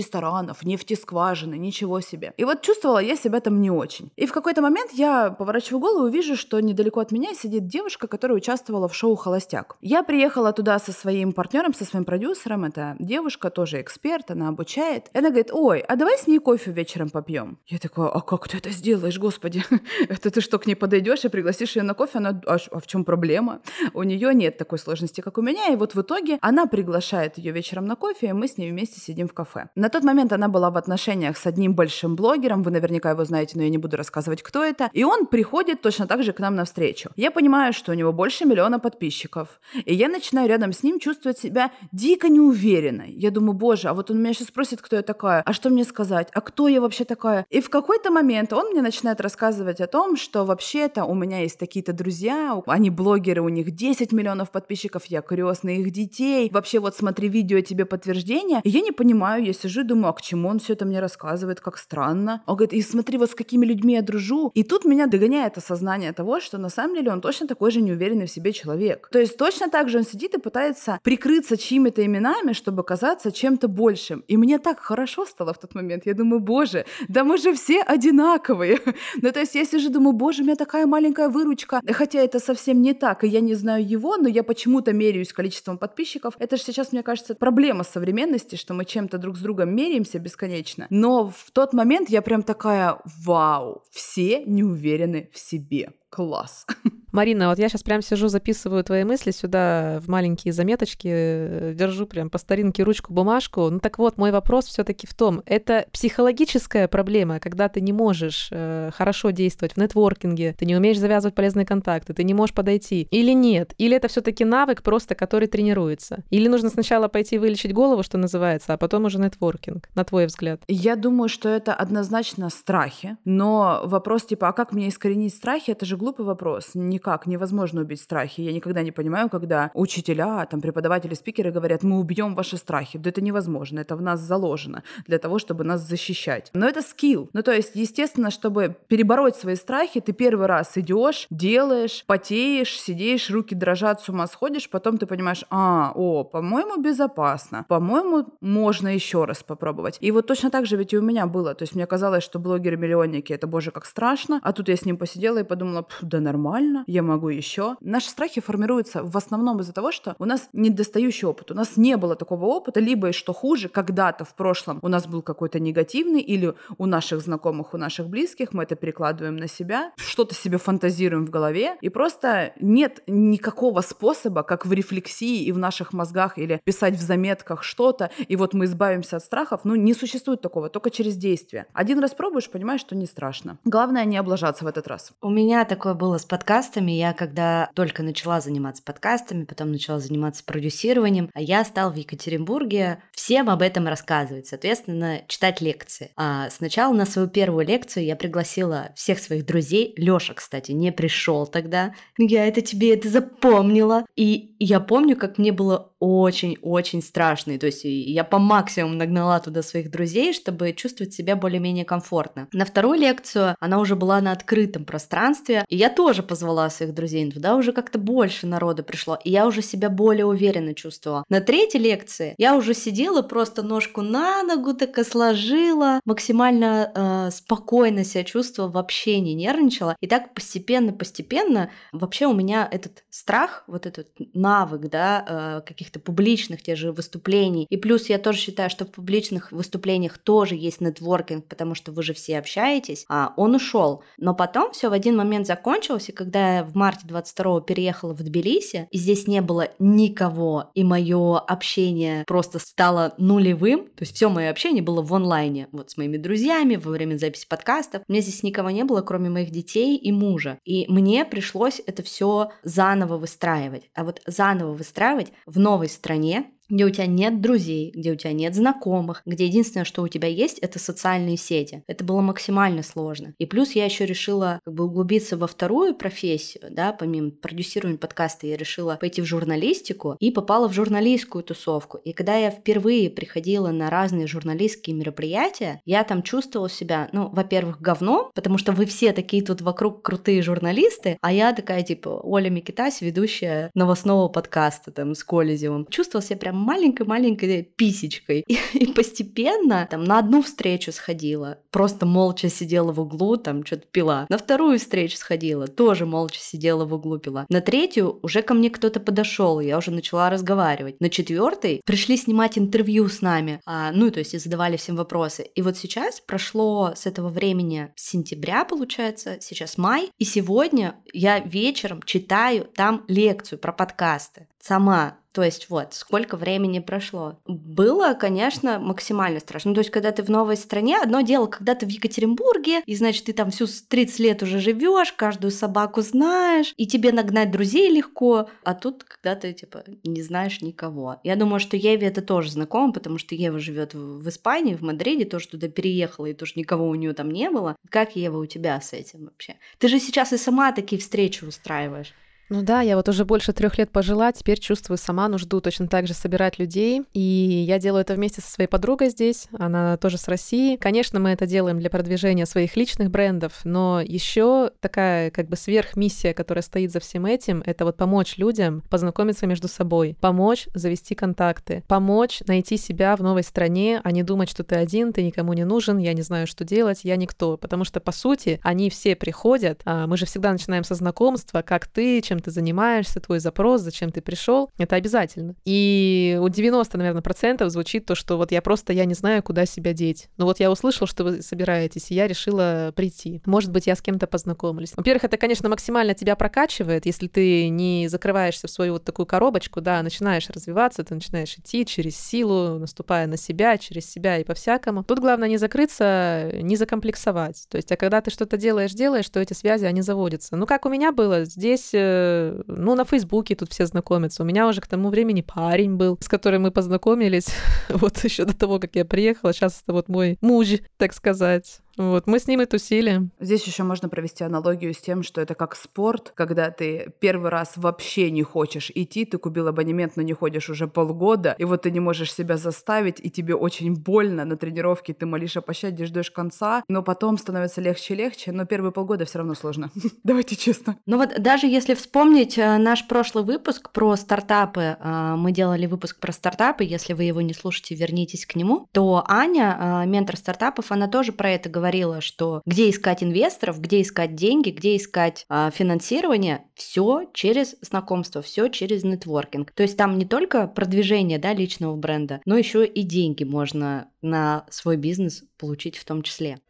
миллионов, нефтескважины, ничего себе. И вот чувствовала я себя там не очень. И в какой-то момент я поворачиваю голову и вижу, что недалеко от меня сидит девушка, которая участвовала в шоу «Холостяк». Я приехала туда со своим партнером, со своим продюсером. Это девушка, тоже эксперт, она обучает. И она говорит: ой, а давай с ней кофе вечером попьем. Я такая: а как ты это сделаешь, господи? Это ты что, к ней подойдешь и пригласишь ее на кофе? Она: а, а в чем проблема? У нее нет такой сложности, как у меня. И вот в итоге она приглашает ее вечером на кофе, и мы с ней вместе сидим в кафе. На тот момент она была в отношениях с одним большим блогером. Вы наверняка его знаете, но я не буду рассказывать, кто это. И он приходит точно так же к нам навстречу. Я понимаю, что у него больше миллиона подписчиков. И я начинаю рядом с ним чувствовать себя дико неуверенной. Я думаю: боже, а вот он меня сейчас спросит, кто я такая, а что мне сказать, а кто я вообще такая? И в какой-то момент он мне начинает рассказывать о том, что вообще-то у меня есть такие-то друзья, они блогеры, у них десять миллионов подписчиков, я крестный их детей. Вообще вот смотри видео, тебе подтверждение. И я не понимаю, я сижу и думаю: а к чему он все это мне рассказывает, как странно. Он говорит: и смотри, вот с какими людьми я дружу. И тут меня догоняет осознание того, что на самом деле он точно такой же неуверенный в себе человек. То есть точно так же он сидит и пытается прикрыться чьими-то именами, чтобы казаться чем-то большим. И мне так хорошо стало в тот момент. Я думаю: боже, да мы же все одинаковые. Ну то есть я сижу, думаю: боже, у меня такая маленькая выручка. Хотя это совсем не так, и я не знаю его, но я почему-то меряюсь количеством подписчиков. Это же сейчас, мне кажется, проблема современности, что мы чем-то друг с другом меряемся бесконечно. Но в тот момент я прям такая: вау, все не уверены в себе. Класс. Марина, вот я сейчас прям сижу, записываю твои мысли сюда в маленькие заметочки, держу прям по старинке ручку, бумажку. Ну так вот, мой вопрос все-таки в том, это психологическая проблема, когда ты не можешь э, хорошо действовать в нетворкинге, ты не умеешь завязывать полезные контакты, ты не можешь подойти, или нет? Или это все-таки навык просто, который тренируется? Или нужно сначала пойти вылечить голову, что называется, а потом уже нетворкинг, на твой взгляд? Я думаю, что это однозначно страхи, но вопрос типа: а как мне искоренить страхи? Это же глупый вопрос. Никак невозможно убить страхи. Я никогда не понимаю, когда учителя, там, преподаватели, спикеры говорят: мы убьем ваши страхи. Да это невозможно, это в нас заложено для того, чтобы нас защищать. Но это скилл. Ну то есть, естественно, чтобы перебороть свои страхи, ты первый раз идешь, делаешь, потеешь, сидишь, руки дрожат, с ума сходишь, потом ты понимаешь: а, о, по-моему, безопасно, по-моему, можно еще раз попробовать. И вот точно так же ведь и у меня было. То есть мне казалось, что блогеры-миллионники — это, боже, как страшно, а тут я с ним посидела и подумала: да нормально, я могу еще. Наши страхи формируются в основном из-за того, что у нас недостающий опыт. У нас не было такого опыта, либо, и что хуже, когда-то в прошлом у нас был какой-то негативный, или у наших знакомых, у наших близких, мы это перекладываем на себя, что-то себе фантазируем в голове, и просто нет никакого способа, как в рефлексии и в наших мозгах, или писать в заметках что-то, и вот мы избавимся от страхов. Ну, не существует такого, только через действие. Один раз пробуешь, понимаешь, что не страшно. Главное не облажаться в этот раз. У меня такое было с подкастами. Я когда только начала заниматься подкастами, потом начала заниматься продюсированием, а я стала в Екатеринбурге всем об этом рассказывать, соответственно, читать лекции. А сначала на свою первую лекцию я пригласила всех своих друзей. Лёша, кстати, не пришел тогда. Я это тебе это запомнила. И я помню, как мне было очень-очень страшно. И, то есть я по максимуму нагнала туда своих друзей, чтобы чувствовать себя более-менее комфортно. На вторую лекцию она уже была на открытом пространстве, и я тоже позвала своих друзей, но туда уже как-то больше народа пришло, и я уже себя более уверенно чувствовала. На третьей лекции я уже сидела, просто ножку на ногу так и сложила, максимально э, спокойно себя чувствовала, вообще не нервничала, и так постепенно-постепенно вообще у меня этот страх, вот этот навык, да, э, каких-то публичных тех же выступлений, и плюс я тоже считаю, что в публичных выступлениях тоже есть нетворкинг, потому что вы же все общаетесь, а он ушел. Но потом все в один момент закончилось, и когда я в марте двадцать второго переехала в Тбилиси, и здесь не было никого, и мое общение просто стало нулевым, то есть все мое общение было в онлайне, вот с моими друзьями, во время записи подкастов, у меня здесь никого не было, кроме моих детей и мужа, и мне пришлось это все заново выстраивать. А вот заново выстраивать в новой стране, где у тебя нет друзей, где у тебя нет знакомых, где единственное, что у тебя есть, это социальные сети. Это было максимально сложно. И плюс я еще решила как бы углубиться во вторую профессию, да, помимо продюсирования подкаста, я решила пойти в журналистику и попала в журналистскую тусовку. И когда я впервые приходила на разные журналистские мероприятия, я там чувствовала себя, ну, во-первых, говном, потому что вы все такие тут вокруг крутые журналисты, а я такая, типа, Оля Микитась, ведущая новостного подкаста там с Колезевым. Чувствовала себя прям маленькой-маленькой писечкой. И, и постепенно там на одну встречу сходила, просто молча сидела в углу, там что-то пила. На вторую встречу сходила, тоже молча сидела в углу, пила. На третью уже ко мне кто-то подошел, я уже начала разговаривать. На четвертой пришли снимать интервью с нами, а, ну, то есть и задавали всем вопросы. И вот сейчас прошло с этого времени с сентября, получается, сейчас май, и сегодня я вечером читаю там лекцию про подкасты сама. То есть вот, сколько времени прошло. Было, конечно, максимально страшно. Ну, то есть, когда ты в новой стране, одно дело, когда ты в Екатеринбурге, и, значит, ты там всю тридцать лет уже живешь, каждую собаку знаешь, и тебе нагнать друзей легко, а тут, когда ты, типа, не знаешь никого. Я думаю, что Еве это тоже знакомо, потому что Ева живет в Испании, в Мадриде, тоже туда переехала, и тоже никого у нее там не было. Как, Ева, у тебя с этим вообще? Ты же сейчас и сама такие встречи устраиваешь. Ну да, я вот уже больше трех лет пожила, теперь чувствую сама нужду точно так же собирать людей, и я делаю это вместе со своей подругой здесь, она тоже с России. Конечно, мы это делаем для продвижения своих личных брендов, но еще такая как бы сверхмиссия, которая стоит за всем этим, это вот помочь людям познакомиться между собой, помочь завести контакты, помочь найти себя в новой стране, а не думать, что ты один, ты никому не нужен, я не знаю, что делать, я никто, потому что, по сути, они все приходят, а мы же всегда начинаем со знакомства, как ты, чем ты занимаешься, твой запрос, зачем ты пришел, это обязательно. И у девяноста, наверное, процентов звучит то, что вот я просто, я не знаю, куда себя деть. Но вот я услышала, что вы собираетесь, и я решила прийти. Может быть, я с кем-то познакомлюсь. Во-первых, это, конечно, максимально тебя прокачивает, если ты не закрываешься в свою вот такую коробочку, да, начинаешь развиваться, ты начинаешь идти через силу, наступая на себя, через себя и по-всякому. Тут главное не закрыться, не закомплексовать. То есть, а когда ты что-то делаешь, делаешь, то эти связи, они заводятся. Ну, как у меня было, здесь ну, на Фейсбуке тут все знакомятся. У меня уже к тому времени парень был, с которым мы познакомились вот еще до того, как я приехала. Сейчас это вот мой муж, так сказать. Вот, мы с ним и тусили. Здесь еще можно провести аналогию с тем, что это как спорт, когда ты первый раз вообще не хочешь идти, ты купил абонемент, но не ходишь уже полгода, и вот ты не можешь себя заставить, и тебе очень больно на тренировке, ты молишь о пощаде, ждешь конца, но потом становится легче и легче, но первые полгода все равно сложно. Давайте честно. Ну вот даже если вспомнить наш прошлый выпуск про стартапы, мы делали выпуск про стартапы, если вы его не слушаете, вернитесь к нему, то Аня, ментор стартапов, она тоже про это говорила, что где искать инвесторов, где искать деньги, где искать а, финансирование, все через знакомство, все через нетворкинг. То есть там не только продвижение, да, личного бренда, но еще и деньги можно на свой бизнес получить в том числе.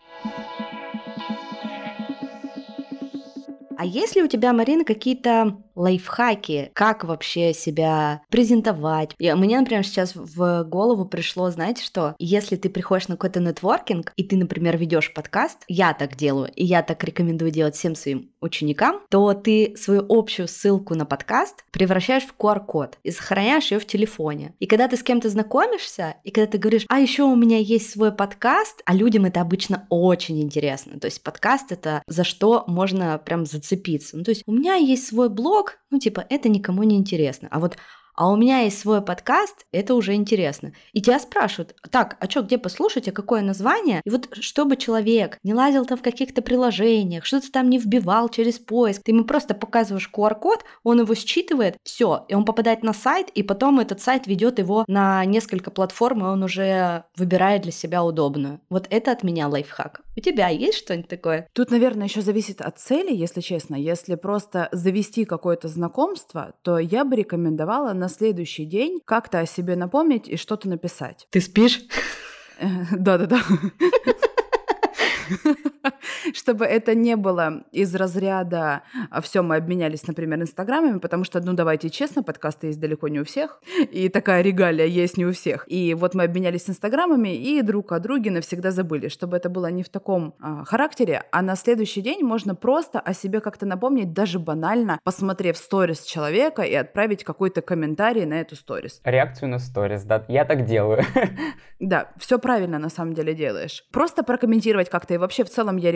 А есть ли у тебя, Марина, какие-то лайфхаки, как вообще себя презентовать? И мне, например, сейчас в голову пришло, знаете что, если ты приходишь на какой-то нетворкинг, и ты, например, ведешь подкаст, я так делаю, и я так рекомендую делать всем своим ученикам, то ты свою общую ссылку на подкаст превращаешь в ку ар-код и сохраняешь ее в телефоне. И когда ты с кем-то знакомишься, и когда ты говоришь, а еще у меня есть свой подкаст, а людям это обычно очень интересно. То есть подкаст — это за что можно прям зацепиться. Ну, то есть у меня есть свой блог, ну, типа, это никому не интересно. А вот а у меня есть свой подкаст, это уже интересно. И тебя спрашивают, так, а что, где послушать, а какое название? И вот чтобы человек не лазил там в каких-то приложениях, что-то там не вбивал через поиск, ты ему просто показываешь ку ар-код, он его считывает, все, и он попадает на сайт, и потом этот сайт ведет его на несколько платформ, и он уже выбирает для себя удобную. Вот это от меня лайфхак. У тебя есть что-нибудь такое? Тут, наверное, еще зависит от цели, если честно. Если просто завести какое-то знакомство, то я бы рекомендовала на следующий день как-то о себе напомнить и что-то написать. Ты спишь? Да-да-да. Чтобы это не было из разряда «все, мы обменялись, например, инстаграмами», потому что, ну, давайте честно, подкасты есть далеко не у всех, и такая регалия есть не у всех. И вот мы обменялись инстаграмами и друг о друге навсегда забыли, чтобы это было не в таком а, характере, а на следующий день можно просто о себе как-то напомнить, даже банально, посмотрев сторис человека и отправить какой-то комментарий на эту сторис. Реакцию на сторис, да, я так делаю. Да, все правильно на самом деле делаешь. Просто прокомментировать как-то, и вообще в целом я рекомендую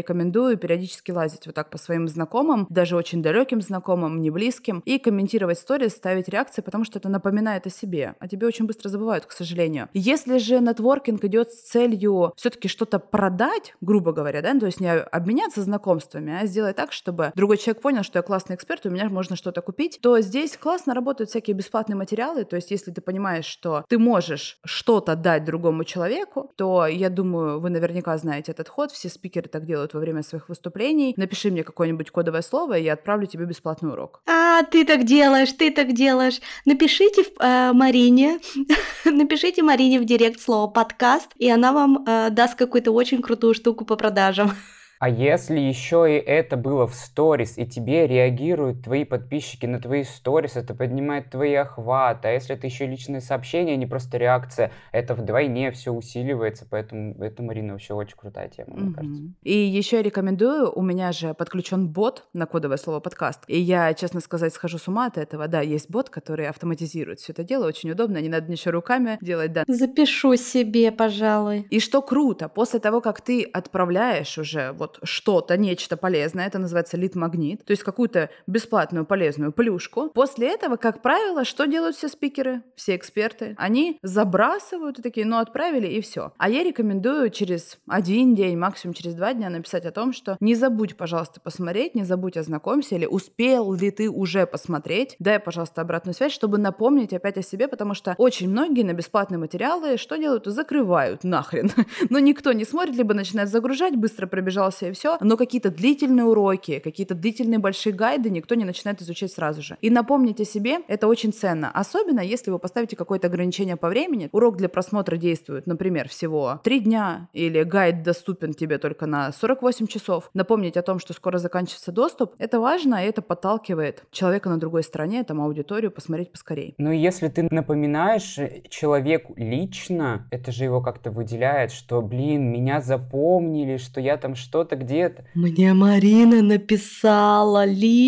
рекомендую периодически лазить вот так по своим знакомым, даже очень далеким знакомым, не близким, и комментировать сторис, ставить реакции, потому что это напоминает о себе, а тебе очень быстро забывают, к сожалению. Если же нетворкинг идет с целью все-таки что-то продать, грубо говоря, да, то есть не обменяться знакомствами, а сделать так, чтобы другой человек понял, что я классный эксперт, у меня можно что-то купить, то здесь классно работают всякие бесплатные материалы, то есть если ты понимаешь, что ты можешь что-то дать другому человеку, то я думаю, вы наверняка знаете этот ход, все спикеры так делают во время своих выступлений. Напиши мне какое-нибудь кодовое слово, и я отправлю тебе бесплатный урок. А, ты так делаешь, ты так делаешь. Напишите в, э, Марине, напишите Марине в директ слово подкаст, и она вам э, даст какую-то очень крутую штуку по продажам. А если еще и это было в сторис, и тебе реагируют твои подписчики на твои сторис, это поднимает твои охваты. А если это еще личные сообщения, не просто реакция, это вдвойне все усиливается. Поэтому это, Марина, вообще очень крутая тема, мне Мгм. кажется. И еще я рекомендую, у меня же подключен бот на кодовое слово подкаст. И я, честно сказать, схожу с ума от этого. Да, есть бот, который автоматизирует все это дело, очень удобно, не надо ничего руками делать, да. Запишу себе, пожалуй. И что круто, после того, как ты отправляешь уже вот что-то, нечто полезное, это называется лид-магнит, то есть какую-то бесплатную полезную плюшку, после этого, как правило, что делают все спикеры, все эксперты? Они забрасывают и такие, ну, отправили, и все. А я рекомендую через один день, максимум через два дня написать о том, что не забудь, пожалуйста, посмотреть, не забудь ознакомься, или успел ли ты уже посмотреть, дай, пожалуйста, обратную связь, чтобы напомнить опять о себе, потому что очень многие на бесплатные материалы что делают? Закрывают нахрен. Но никто не смотрит, либо начинает загружать, быстро пробежался и все. Но какие-то длительные уроки, какие-то длительные большие гайды никто не начинает изучать сразу же. И напомнить о себе — это очень ценно. Особенно, если вы поставите какое-то ограничение по времени. Урок для просмотра действует, например, всего три дня, или гайд доступен тебе только на сорок восемь часов. Напомнить о том, что скоро заканчивается доступ, это важно, и это подталкивает человека на другой стороне, там, аудиторию, посмотреть поскорее. Ну, и если ты напоминаешь человеку лично, это же его как-то выделяет, что, блин, меня запомнили, что я там что-то где-то. Мне Марина написала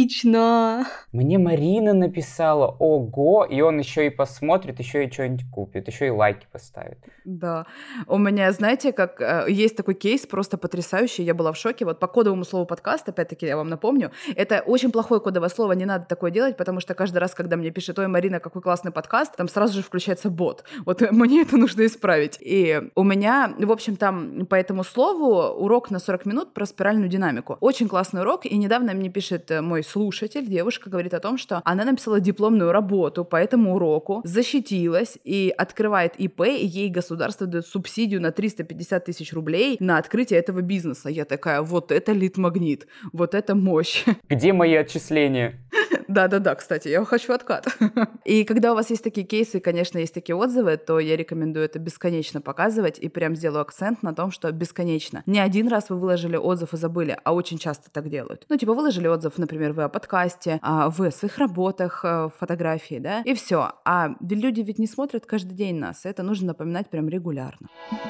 лично. Мне Марина написала, ого, и он еще и посмотрит, еще и что-нибудь купит, еще и лайки поставит. Да. У меня, знаете, как э, есть такой кейс просто потрясающий, я была в шоке. Вот по кодовому слову подкаст, опять-таки, я вам напомню, это очень плохое кодовое слово, не надо такое делать, потому что каждый раз, когда мне пишет, ой, Марина, какой классный подкаст, там сразу же включается бот. Вот мне это нужно исправить. И у меня, в общем, там по этому слову урок на сорок минут про спиральную динамику. Очень классный урок, и недавно мне пишет мой слушатель, девушка, говорит о том, что она написала дипломную работу по этому уроку, защитилась и открывает ИП, и ей государство дает субсидию на триста пятьдесят тысяч рублей на открытие этого бизнеса. Я такая, вот это лид-магнит, вот это мощь. Где мои отчисления? Да-да-да, кстати, я хочу откат. И когда у вас есть такие кейсы, конечно, есть такие отзывы, то я рекомендую это бесконечно показывать и прям сделаю акцент на том, что бесконечно. Не один раз вы выложили отзыв и забыли, а очень часто так делают. Ну, типа, выложили отзыв, например, вы о подкасте, а вы о своих работах, фотографии, да, и все. А люди ведь не смотрят каждый день нас, это нужно напоминать прям регулярно.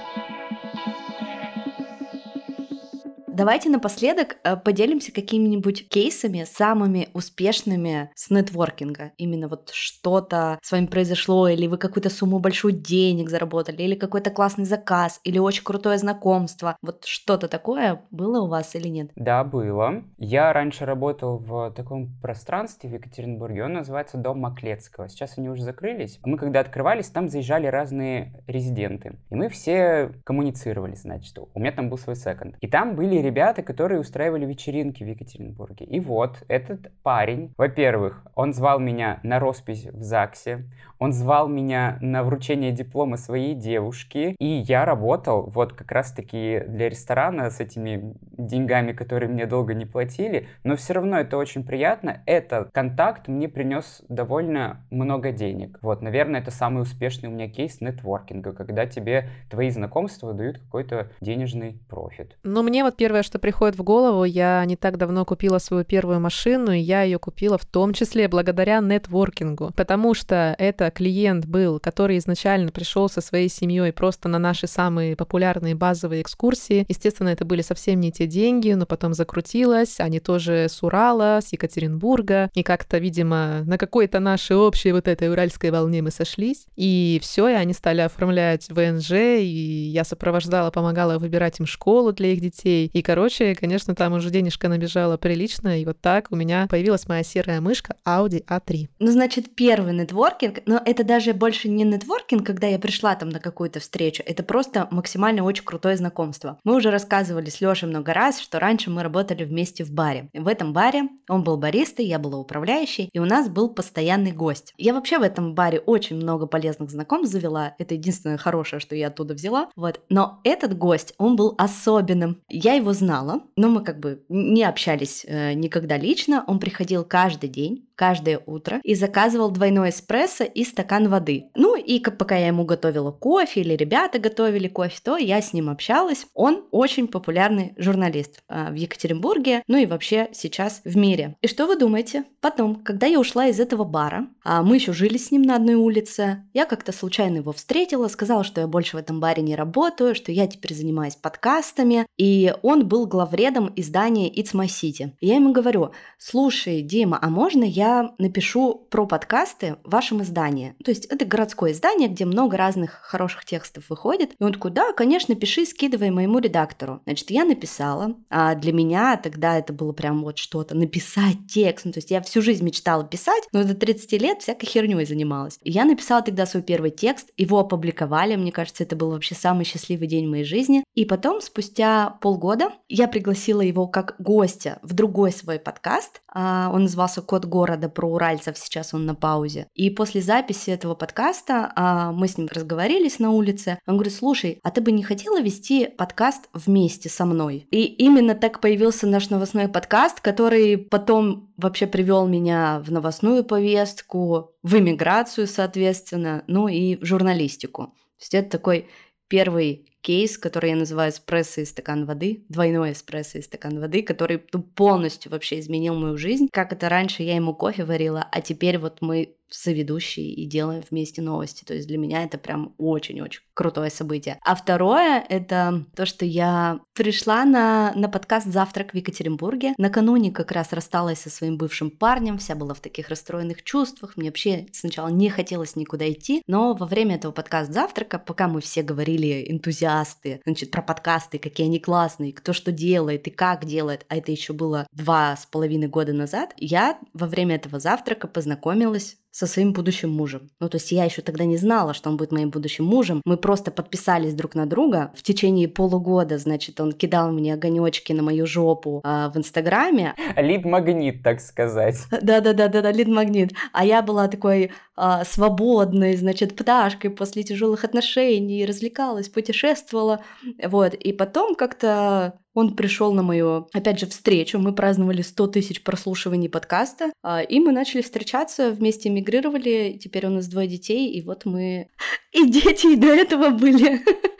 Давайте напоследок э, поделимся какими-нибудь кейсами самыми успешными с нетворкинга. Именно вот что-то с вами произошло, или вы какую-то сумму большую денег заработали, или какой-то классный заказ, или очень крутое знакомство. Вот что-то такое было у вас или нет? Да, было. Я раньше работал в таком пространстве в Екатеринбурге, он называется Дом Маклецкого. Сейчас они уже закрылись. Мы когда открывались, там заезжали разные резиденты. И мы все коммуницировали, значит. У меня там был свой секонд. И там были ребята, которые устраивали вечеринки в Екатеринбурге. И вот этот парень, во-первых, он звал меня на роспись в ЗАГСе, он звал меня на вручение диплома своей девушки, и я работал вот как раз-таки для ресторана с этими деньгами, которые мне долго не платили, но все равно это очень приятно. Этот контакт мне принес довольно много денег. Вот, наверное, это самый успешный у меня кейс нетворкинга, когда тебе твои знакомства дают какой-то денежный профит. Ну, мне вот первое, что приходит в голову, я не так давно купила свою первую машину, и я ее купила в том числе благодаря нетворкингу, потому что это клиент был, который изначально пришел со своей семьей просто на наши самые популярные базовые экскурсии. Естественно, это были совсем не те деньги, но потом закрутилось. Они тоже с Урала, с Екатеринбурга, и как-то, видимо, на какой-то нашей общей вот этой уральской волне мы сошлись. И все, и они стали оформлять ВНЖ, и я сопровождала, помогала выбирать им школу для их детей. И короче, конечно, там уже денежка набежала прилично, и вот так у меня появилась моя серая мышка Audi а три. Ну, значит, первый нетворкинг, но это даже больше не нетворкинг, когда я пришла там на какую-то встречу, это просто максимально очень крутое знакомство. Мы уже рассказывали с Лёшей много раз, что раньше мы работали вместе в баре. И в этом баре он был баристой, я была управляющей, и у нас был постоянный гость. Я вообще в этом баре очень много полезных знакомств завела, это единственное хорошее, что я оттуда взяла, вот. Но этот гость, он был особенным. Я его знала, но мы как бы не общались э, никогда лично, он приходил каждый день, каждое утро и заказывал двойной эспрессо и стакан воды. Ну и как, пока я ему готовила кофе или ребята готовили кофе, то я с ним общалась. Он очень популярный журналист э, в Екатеринбурге, ну и вообще сейчас в мире. И что вы думаете? Потом, когда я ушла из этого бара, а мы еще жили с ним на одной улице, я как-то случайно его встретила, сказала, что я больше в этом баре не работаю, что я теперь занимаюсь подкастами, и он был главредом издания It's My City. И я ему говорю: слушай, Дима, а можно я напишу про подкасты в вашем издании? То есть это городское издание, где много разных хороших текстов выходит. И он такой: да, конечно, пиши, скидывай моему редактору. Значит, я написала, а для меня тогда это было прям вот что-то, написать текст. Ну, то есть я всю жизнь мечтала писать, но до тридцати лет всякой херней занималась. И я написала тогда свой первый текст, его опубликовали, мне кажется, это был вообще самый счастливый день в моей жизни. И потом, спустя полгода, я пригласила его как гостя в другой свой подкаст. Он назывался «Код города», про уральцев, сейчас он на паузе. И после записи этого подкаста мы с ним разговорились на улице. Он говорит: слушай, а ты бы не хотела вести подкаст вместе со мной? И именно так появился наш новостной подкаст, который потом вообще привел меня в новостную повестку, в эмиграцию, соответственно, ну и в журналистику. То есть это такой первый кейс, который я называю эспрессо и стакан воды, двойной эспрессо и стакан воды, который ну, полностью вообще изменил мою жизнь. Как это раньше я ему кофе варила, а теперь вот мы соведущие и делаем вместе новости. То есть для меня это прям очень-очень крутое событие. А второе — это то, что я пришла на, на подкаст «Завтрак» в Екатеринбурге. Накануне как раз рассталась со своим бывшим парнем, вся была в таких расстроенных чувствах. Мне вообще сначала не хотелось никуда идти, но во время этого подкаста «Завтрака», пока мы все говорили энтузиасты, значит, про подкасты, какие они классные, кто что делает и как делает, а это еще было два с половиной года назад, я во время этого завтрака познакомилась со своим будущим мужем. Ну, то есть я еще тогда не знала, что он будет моим будущим мужем. Мы просто подписались друг на друга. В течение полугода, значит, он кидал мне огонечки на мою жопу а, в Инстаграме. Лид-магнит, так сказать. Да-да-да-да, лид-магнит. А я была такой а, свободной, значит, пташкой после тяжелых отношений, развлекалась, путешествовала. Вот. И потом как-то он пришел на мою, опять же, встречу. Мы праздновали сто тысяч прослушиваний подкаста, и мы начали встречаться, вместе эмигрировали. Теперь у нас двое детей, и вот мы... И дети и до этого были.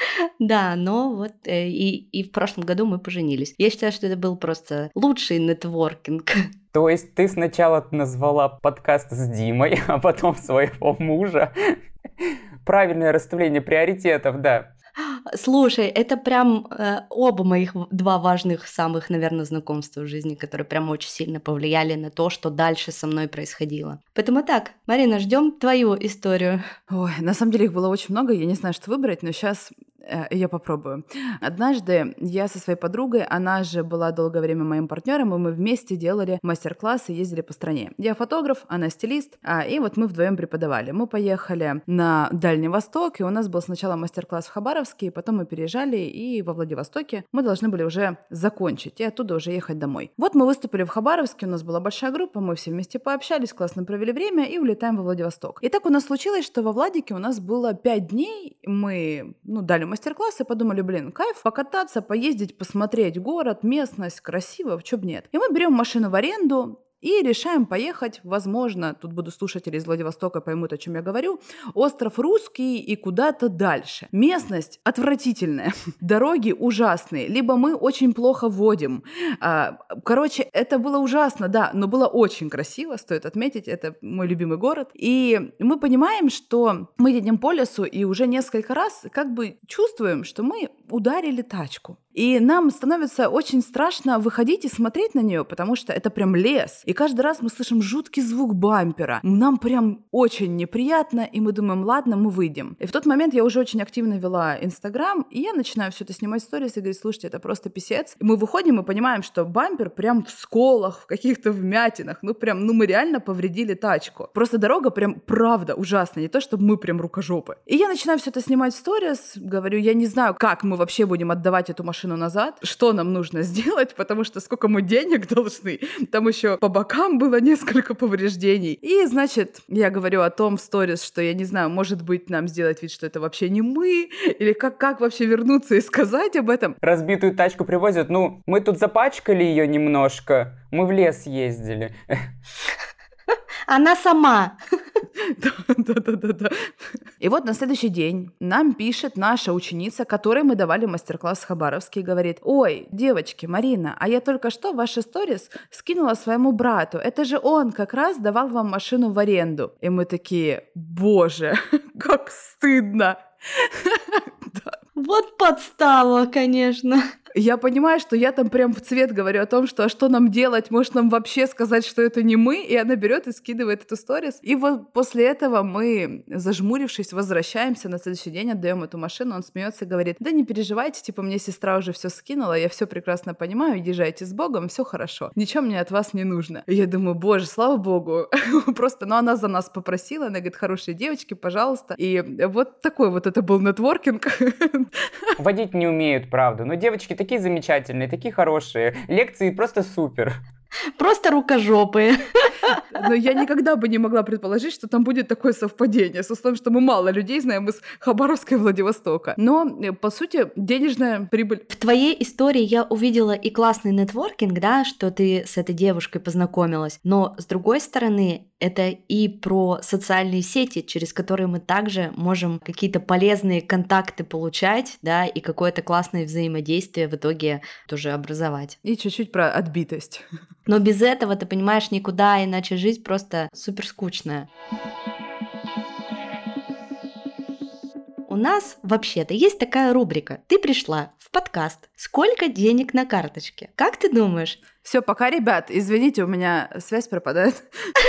Да, но вот и, и в прошлом году мы поженились. Я считаю, что это был просто лучший нетворкинг. То есть ты сначала назвала подкаст с Димой, а потом своего мужа. Правильное расставление приоритетов, да. Слушай, это прям э, оба моих два важных, самых, наверное, знакомства в жизни, которые прям очень сильно повлияли на то, что дальше со мной происходило. Поэтому так, Марина, ждем твою историю. Ой, на самом деле их было очень много, я не знаю, что выбрать, но сейчас э, я попробую. Однажды я со своей подругой, она же была долгое время моим партнером, и мы вместе делали мастер-классы, ездили по стране. Я фотограф, она стилист, а, и вот мы вдвоем преподавали. Мы поехали на Дальний Восток, и у нас был сначала мастер-класс в Хабаровске, потом мы переезжали, и во Владивостоке мы должны были уже закончить, и оттуда уже ехать домой. Вот мы выступили в Хабаровске, у нас была большая группа, мы все вместе пообщались, классно провели время и улетаем во Владивосток. И так у нас случилось, что во Владике у нас было пять дней, мы ну, дали мастер-класс и подумали: блин, кайф, покататься, поездить, посмотреть город, местность, красиво, чё б нет. И мы берем машину в аренду, и решаем поехать, возможно, тут будут слушатели из Владивостока, поймут, о чем я говорю, остров Русский и куда-то дальше. Местность отвратительная, дороги ужасные, либо мы очень плохо водим. Короче, это было ужасно, да, но было очень красиво, стоит отметить, это мой любимый город. И мы понимаем, что мы едем по лесу и уже несколько раз как бы чувствуем, что мы ударили тачку. И нам становится очень страшно выходить и смотреть на нее, потому что это прям лес. И каждый раз мы слышим жуткий звук бампера. Нам прям очень неприятно, и мы думаем, ладно, мы выйдем. И в тот момент я уже очень активно вела Инстаграм, и я начинаю все это снимать в сторис и говорить, слушайте, это просто писец. И мы выходим и понимаем, что бампер прям в сколах, в каких-то вмятинах. Ну прям, ну мы реально повредили тачку. Просто дорога прям правда ужасная, не то, чтобы мы прям рукожопы. И я начинаю все это снимать в сторис, говорю, я не знаю, как мы вообще будем отдавать эту машину назад, что нам нужно сделать, потому что сколько мы денег должны. Там еще по бокам было несколько повреждений. И, значит, я говорю о том в сторис, что я не знаю, может быть, нам сделать вид, что это вообще не мы, или как, как вообще вернуться и сказать об этом. Разбитую тачку привозят, ну, мы тут запачкали ее немножко, мы в лес ездили. Она сама. Да-да-да-да. И вот на следующий день нам пишет наша ученица, которой мы давали мастер-класс в Хабаровске, и говорит, ой, девочки, Марина, а я только что ваши сторис скинула своему брату. Это же он как раз давал вам машину в аренду. И мы такие, боже, как стыдно. Вот подстава, конечно. Я понимаю, что я там прям в цвет говорю о том, что а что нам делать, может нам вообще сказать, что это не мы, и она берет и скидывает эту сторис. И вот после этого мы, зажмурившись, возвращаемся на следующий день, отдаем эту машину, он смеется и говорит, да не переживайте, типа мне сестра уже все скинула, я все прекрасно понимаю, езжайте с Богом, все хорошо, ничего мне от вас не нужно. И я думаю, боже, слава Богу, просто, ну она за нас попросила, она говорит, хорошие девочки, пожалуйста. И вот такой вот это был нетворкинг. Водить не умеют, правда, но девочки такие замечательные, такие хорошие. Лекции просто супер. Просто рукожопые. Но я никогда бы не могла предположить, что там будет такое совпадение, с условием, что мы мало людей знаем из Хабаровска и Владивостока. Но, по сути, денежная прибыль. В твоей истории я увидела и классный нетворкинг, да, что ты с этой девушкой познакомилась. Но, с другой стороны, это и про социальные сети, через которые мы также можем какие-то полезные контакты получать, да, и какое-то классное взаимодействие в итоге тоже образовать. И чуть-чуть про отбитость. Но без этого, ты понимаешь, никуда, иначе жизнь просто супер скучная. У нас вообще-то есть такая рубрика. Ты пришла в подкаст «Сколько денег на карточке?» Как ты думаешь? Все, пока, ребят, извините, у меня связь пропадает.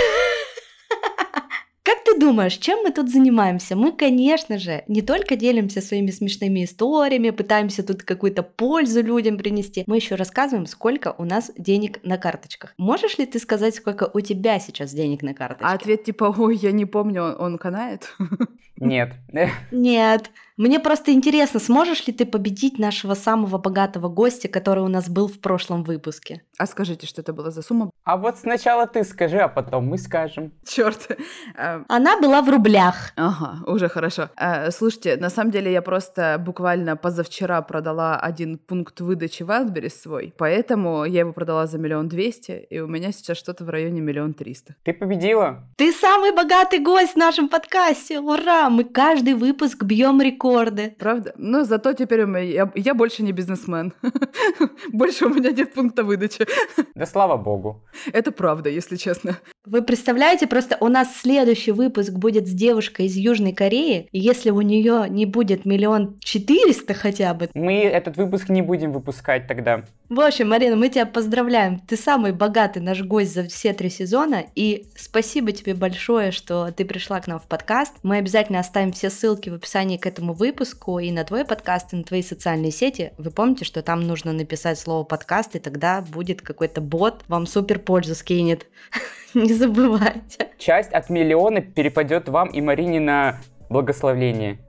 Как ты думаешь, чем мы тут занимаемся? Мы, конечно же, не только делимся своими смешными историями, пытаемся тут какую-то пользу людям принести, мы еще рассказываем, сколько у нас денег на карточках. Можешь ли ты сказать, сколько у тебя сейчас денег на карточке? А ответ типа, ой, я не помню, он канает? Нет. Нет. Мне просто интересно, сможешь ли ты победить нашего самого богатого гостя, который у нас был в прошлом выпуске? А скажите, что это была за сумма? А вот сначала ты скажи, а потом мы скажем. Черт. Она была в рублях. Ага, уже хорошо. Слушайте, на самом деле я просто буквально позавчера продала один пункт выдачи Wildberries свой, поэтому я его продала за миллион двести, и у меня сейчас что-то в районе миллион триста. Ты победила? Ты самый богатый гость в нашем подкасте. Ура! Мы каждый выпуск бьем рекорды. Правда? Но зато теперь у меня, я, я больше не бизнесмен. Больше у меня нет пункта выдачи. Да слава богу. Это правда, если честно. Вы представляете, просто у нас следующий выпуск будет с девушкой из Южной Кореи, и если у нее не будет миллион четыреста хотя бы... Мы этот выпуск не будем выпускать тогда. В общем, Марина, мы тебя поздравляем. Ты самый богатый наш гость за все три сезона, и спасибо тебе большое, что ты пришла к нам в подкаст. Мы обязательно оставим все ссылки в описании к этому выпуску и на твой подкаст, и на твои социальные сети. Вы помните, что там нужно написать слово «подкаст», и тогда будет какой-то бот, вам супер пользу скинет. Не забывайте. Часть от миллиона перепадет вам и Марине на благословление.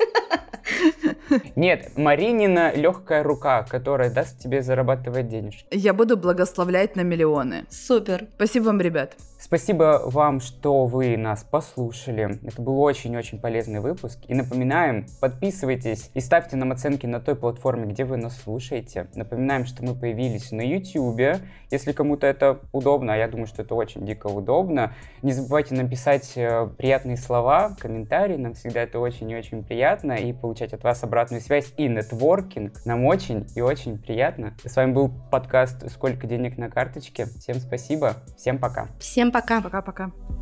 Нет, Маринина легкая рука, которая даст тебе зарабатывать денежки. Я буду благословлять на миллионы. Супер. Спасибо вам, ребят. Спасибо вам, что вы нас послушали. Это был очень-очень полезный выпуск. И напоминаем, подписывайтесь и ставьте нам оценки на той платформе, где вы нас слушаете. Напоминаем, что мы появились на YouTube. Если кому-то это удобно, а я думаю, что это очень дико удобно, не забывайте написать приятные слова, комментарии. Нам всегда это очень и очень приятно. И получать от вас обратную связь и нетворкинг. Нам очень и очень приятно. С вами был подкаст «Сколько денег на карточке». Всем спасибо. Всем пока. Всем пока. Пока-пока.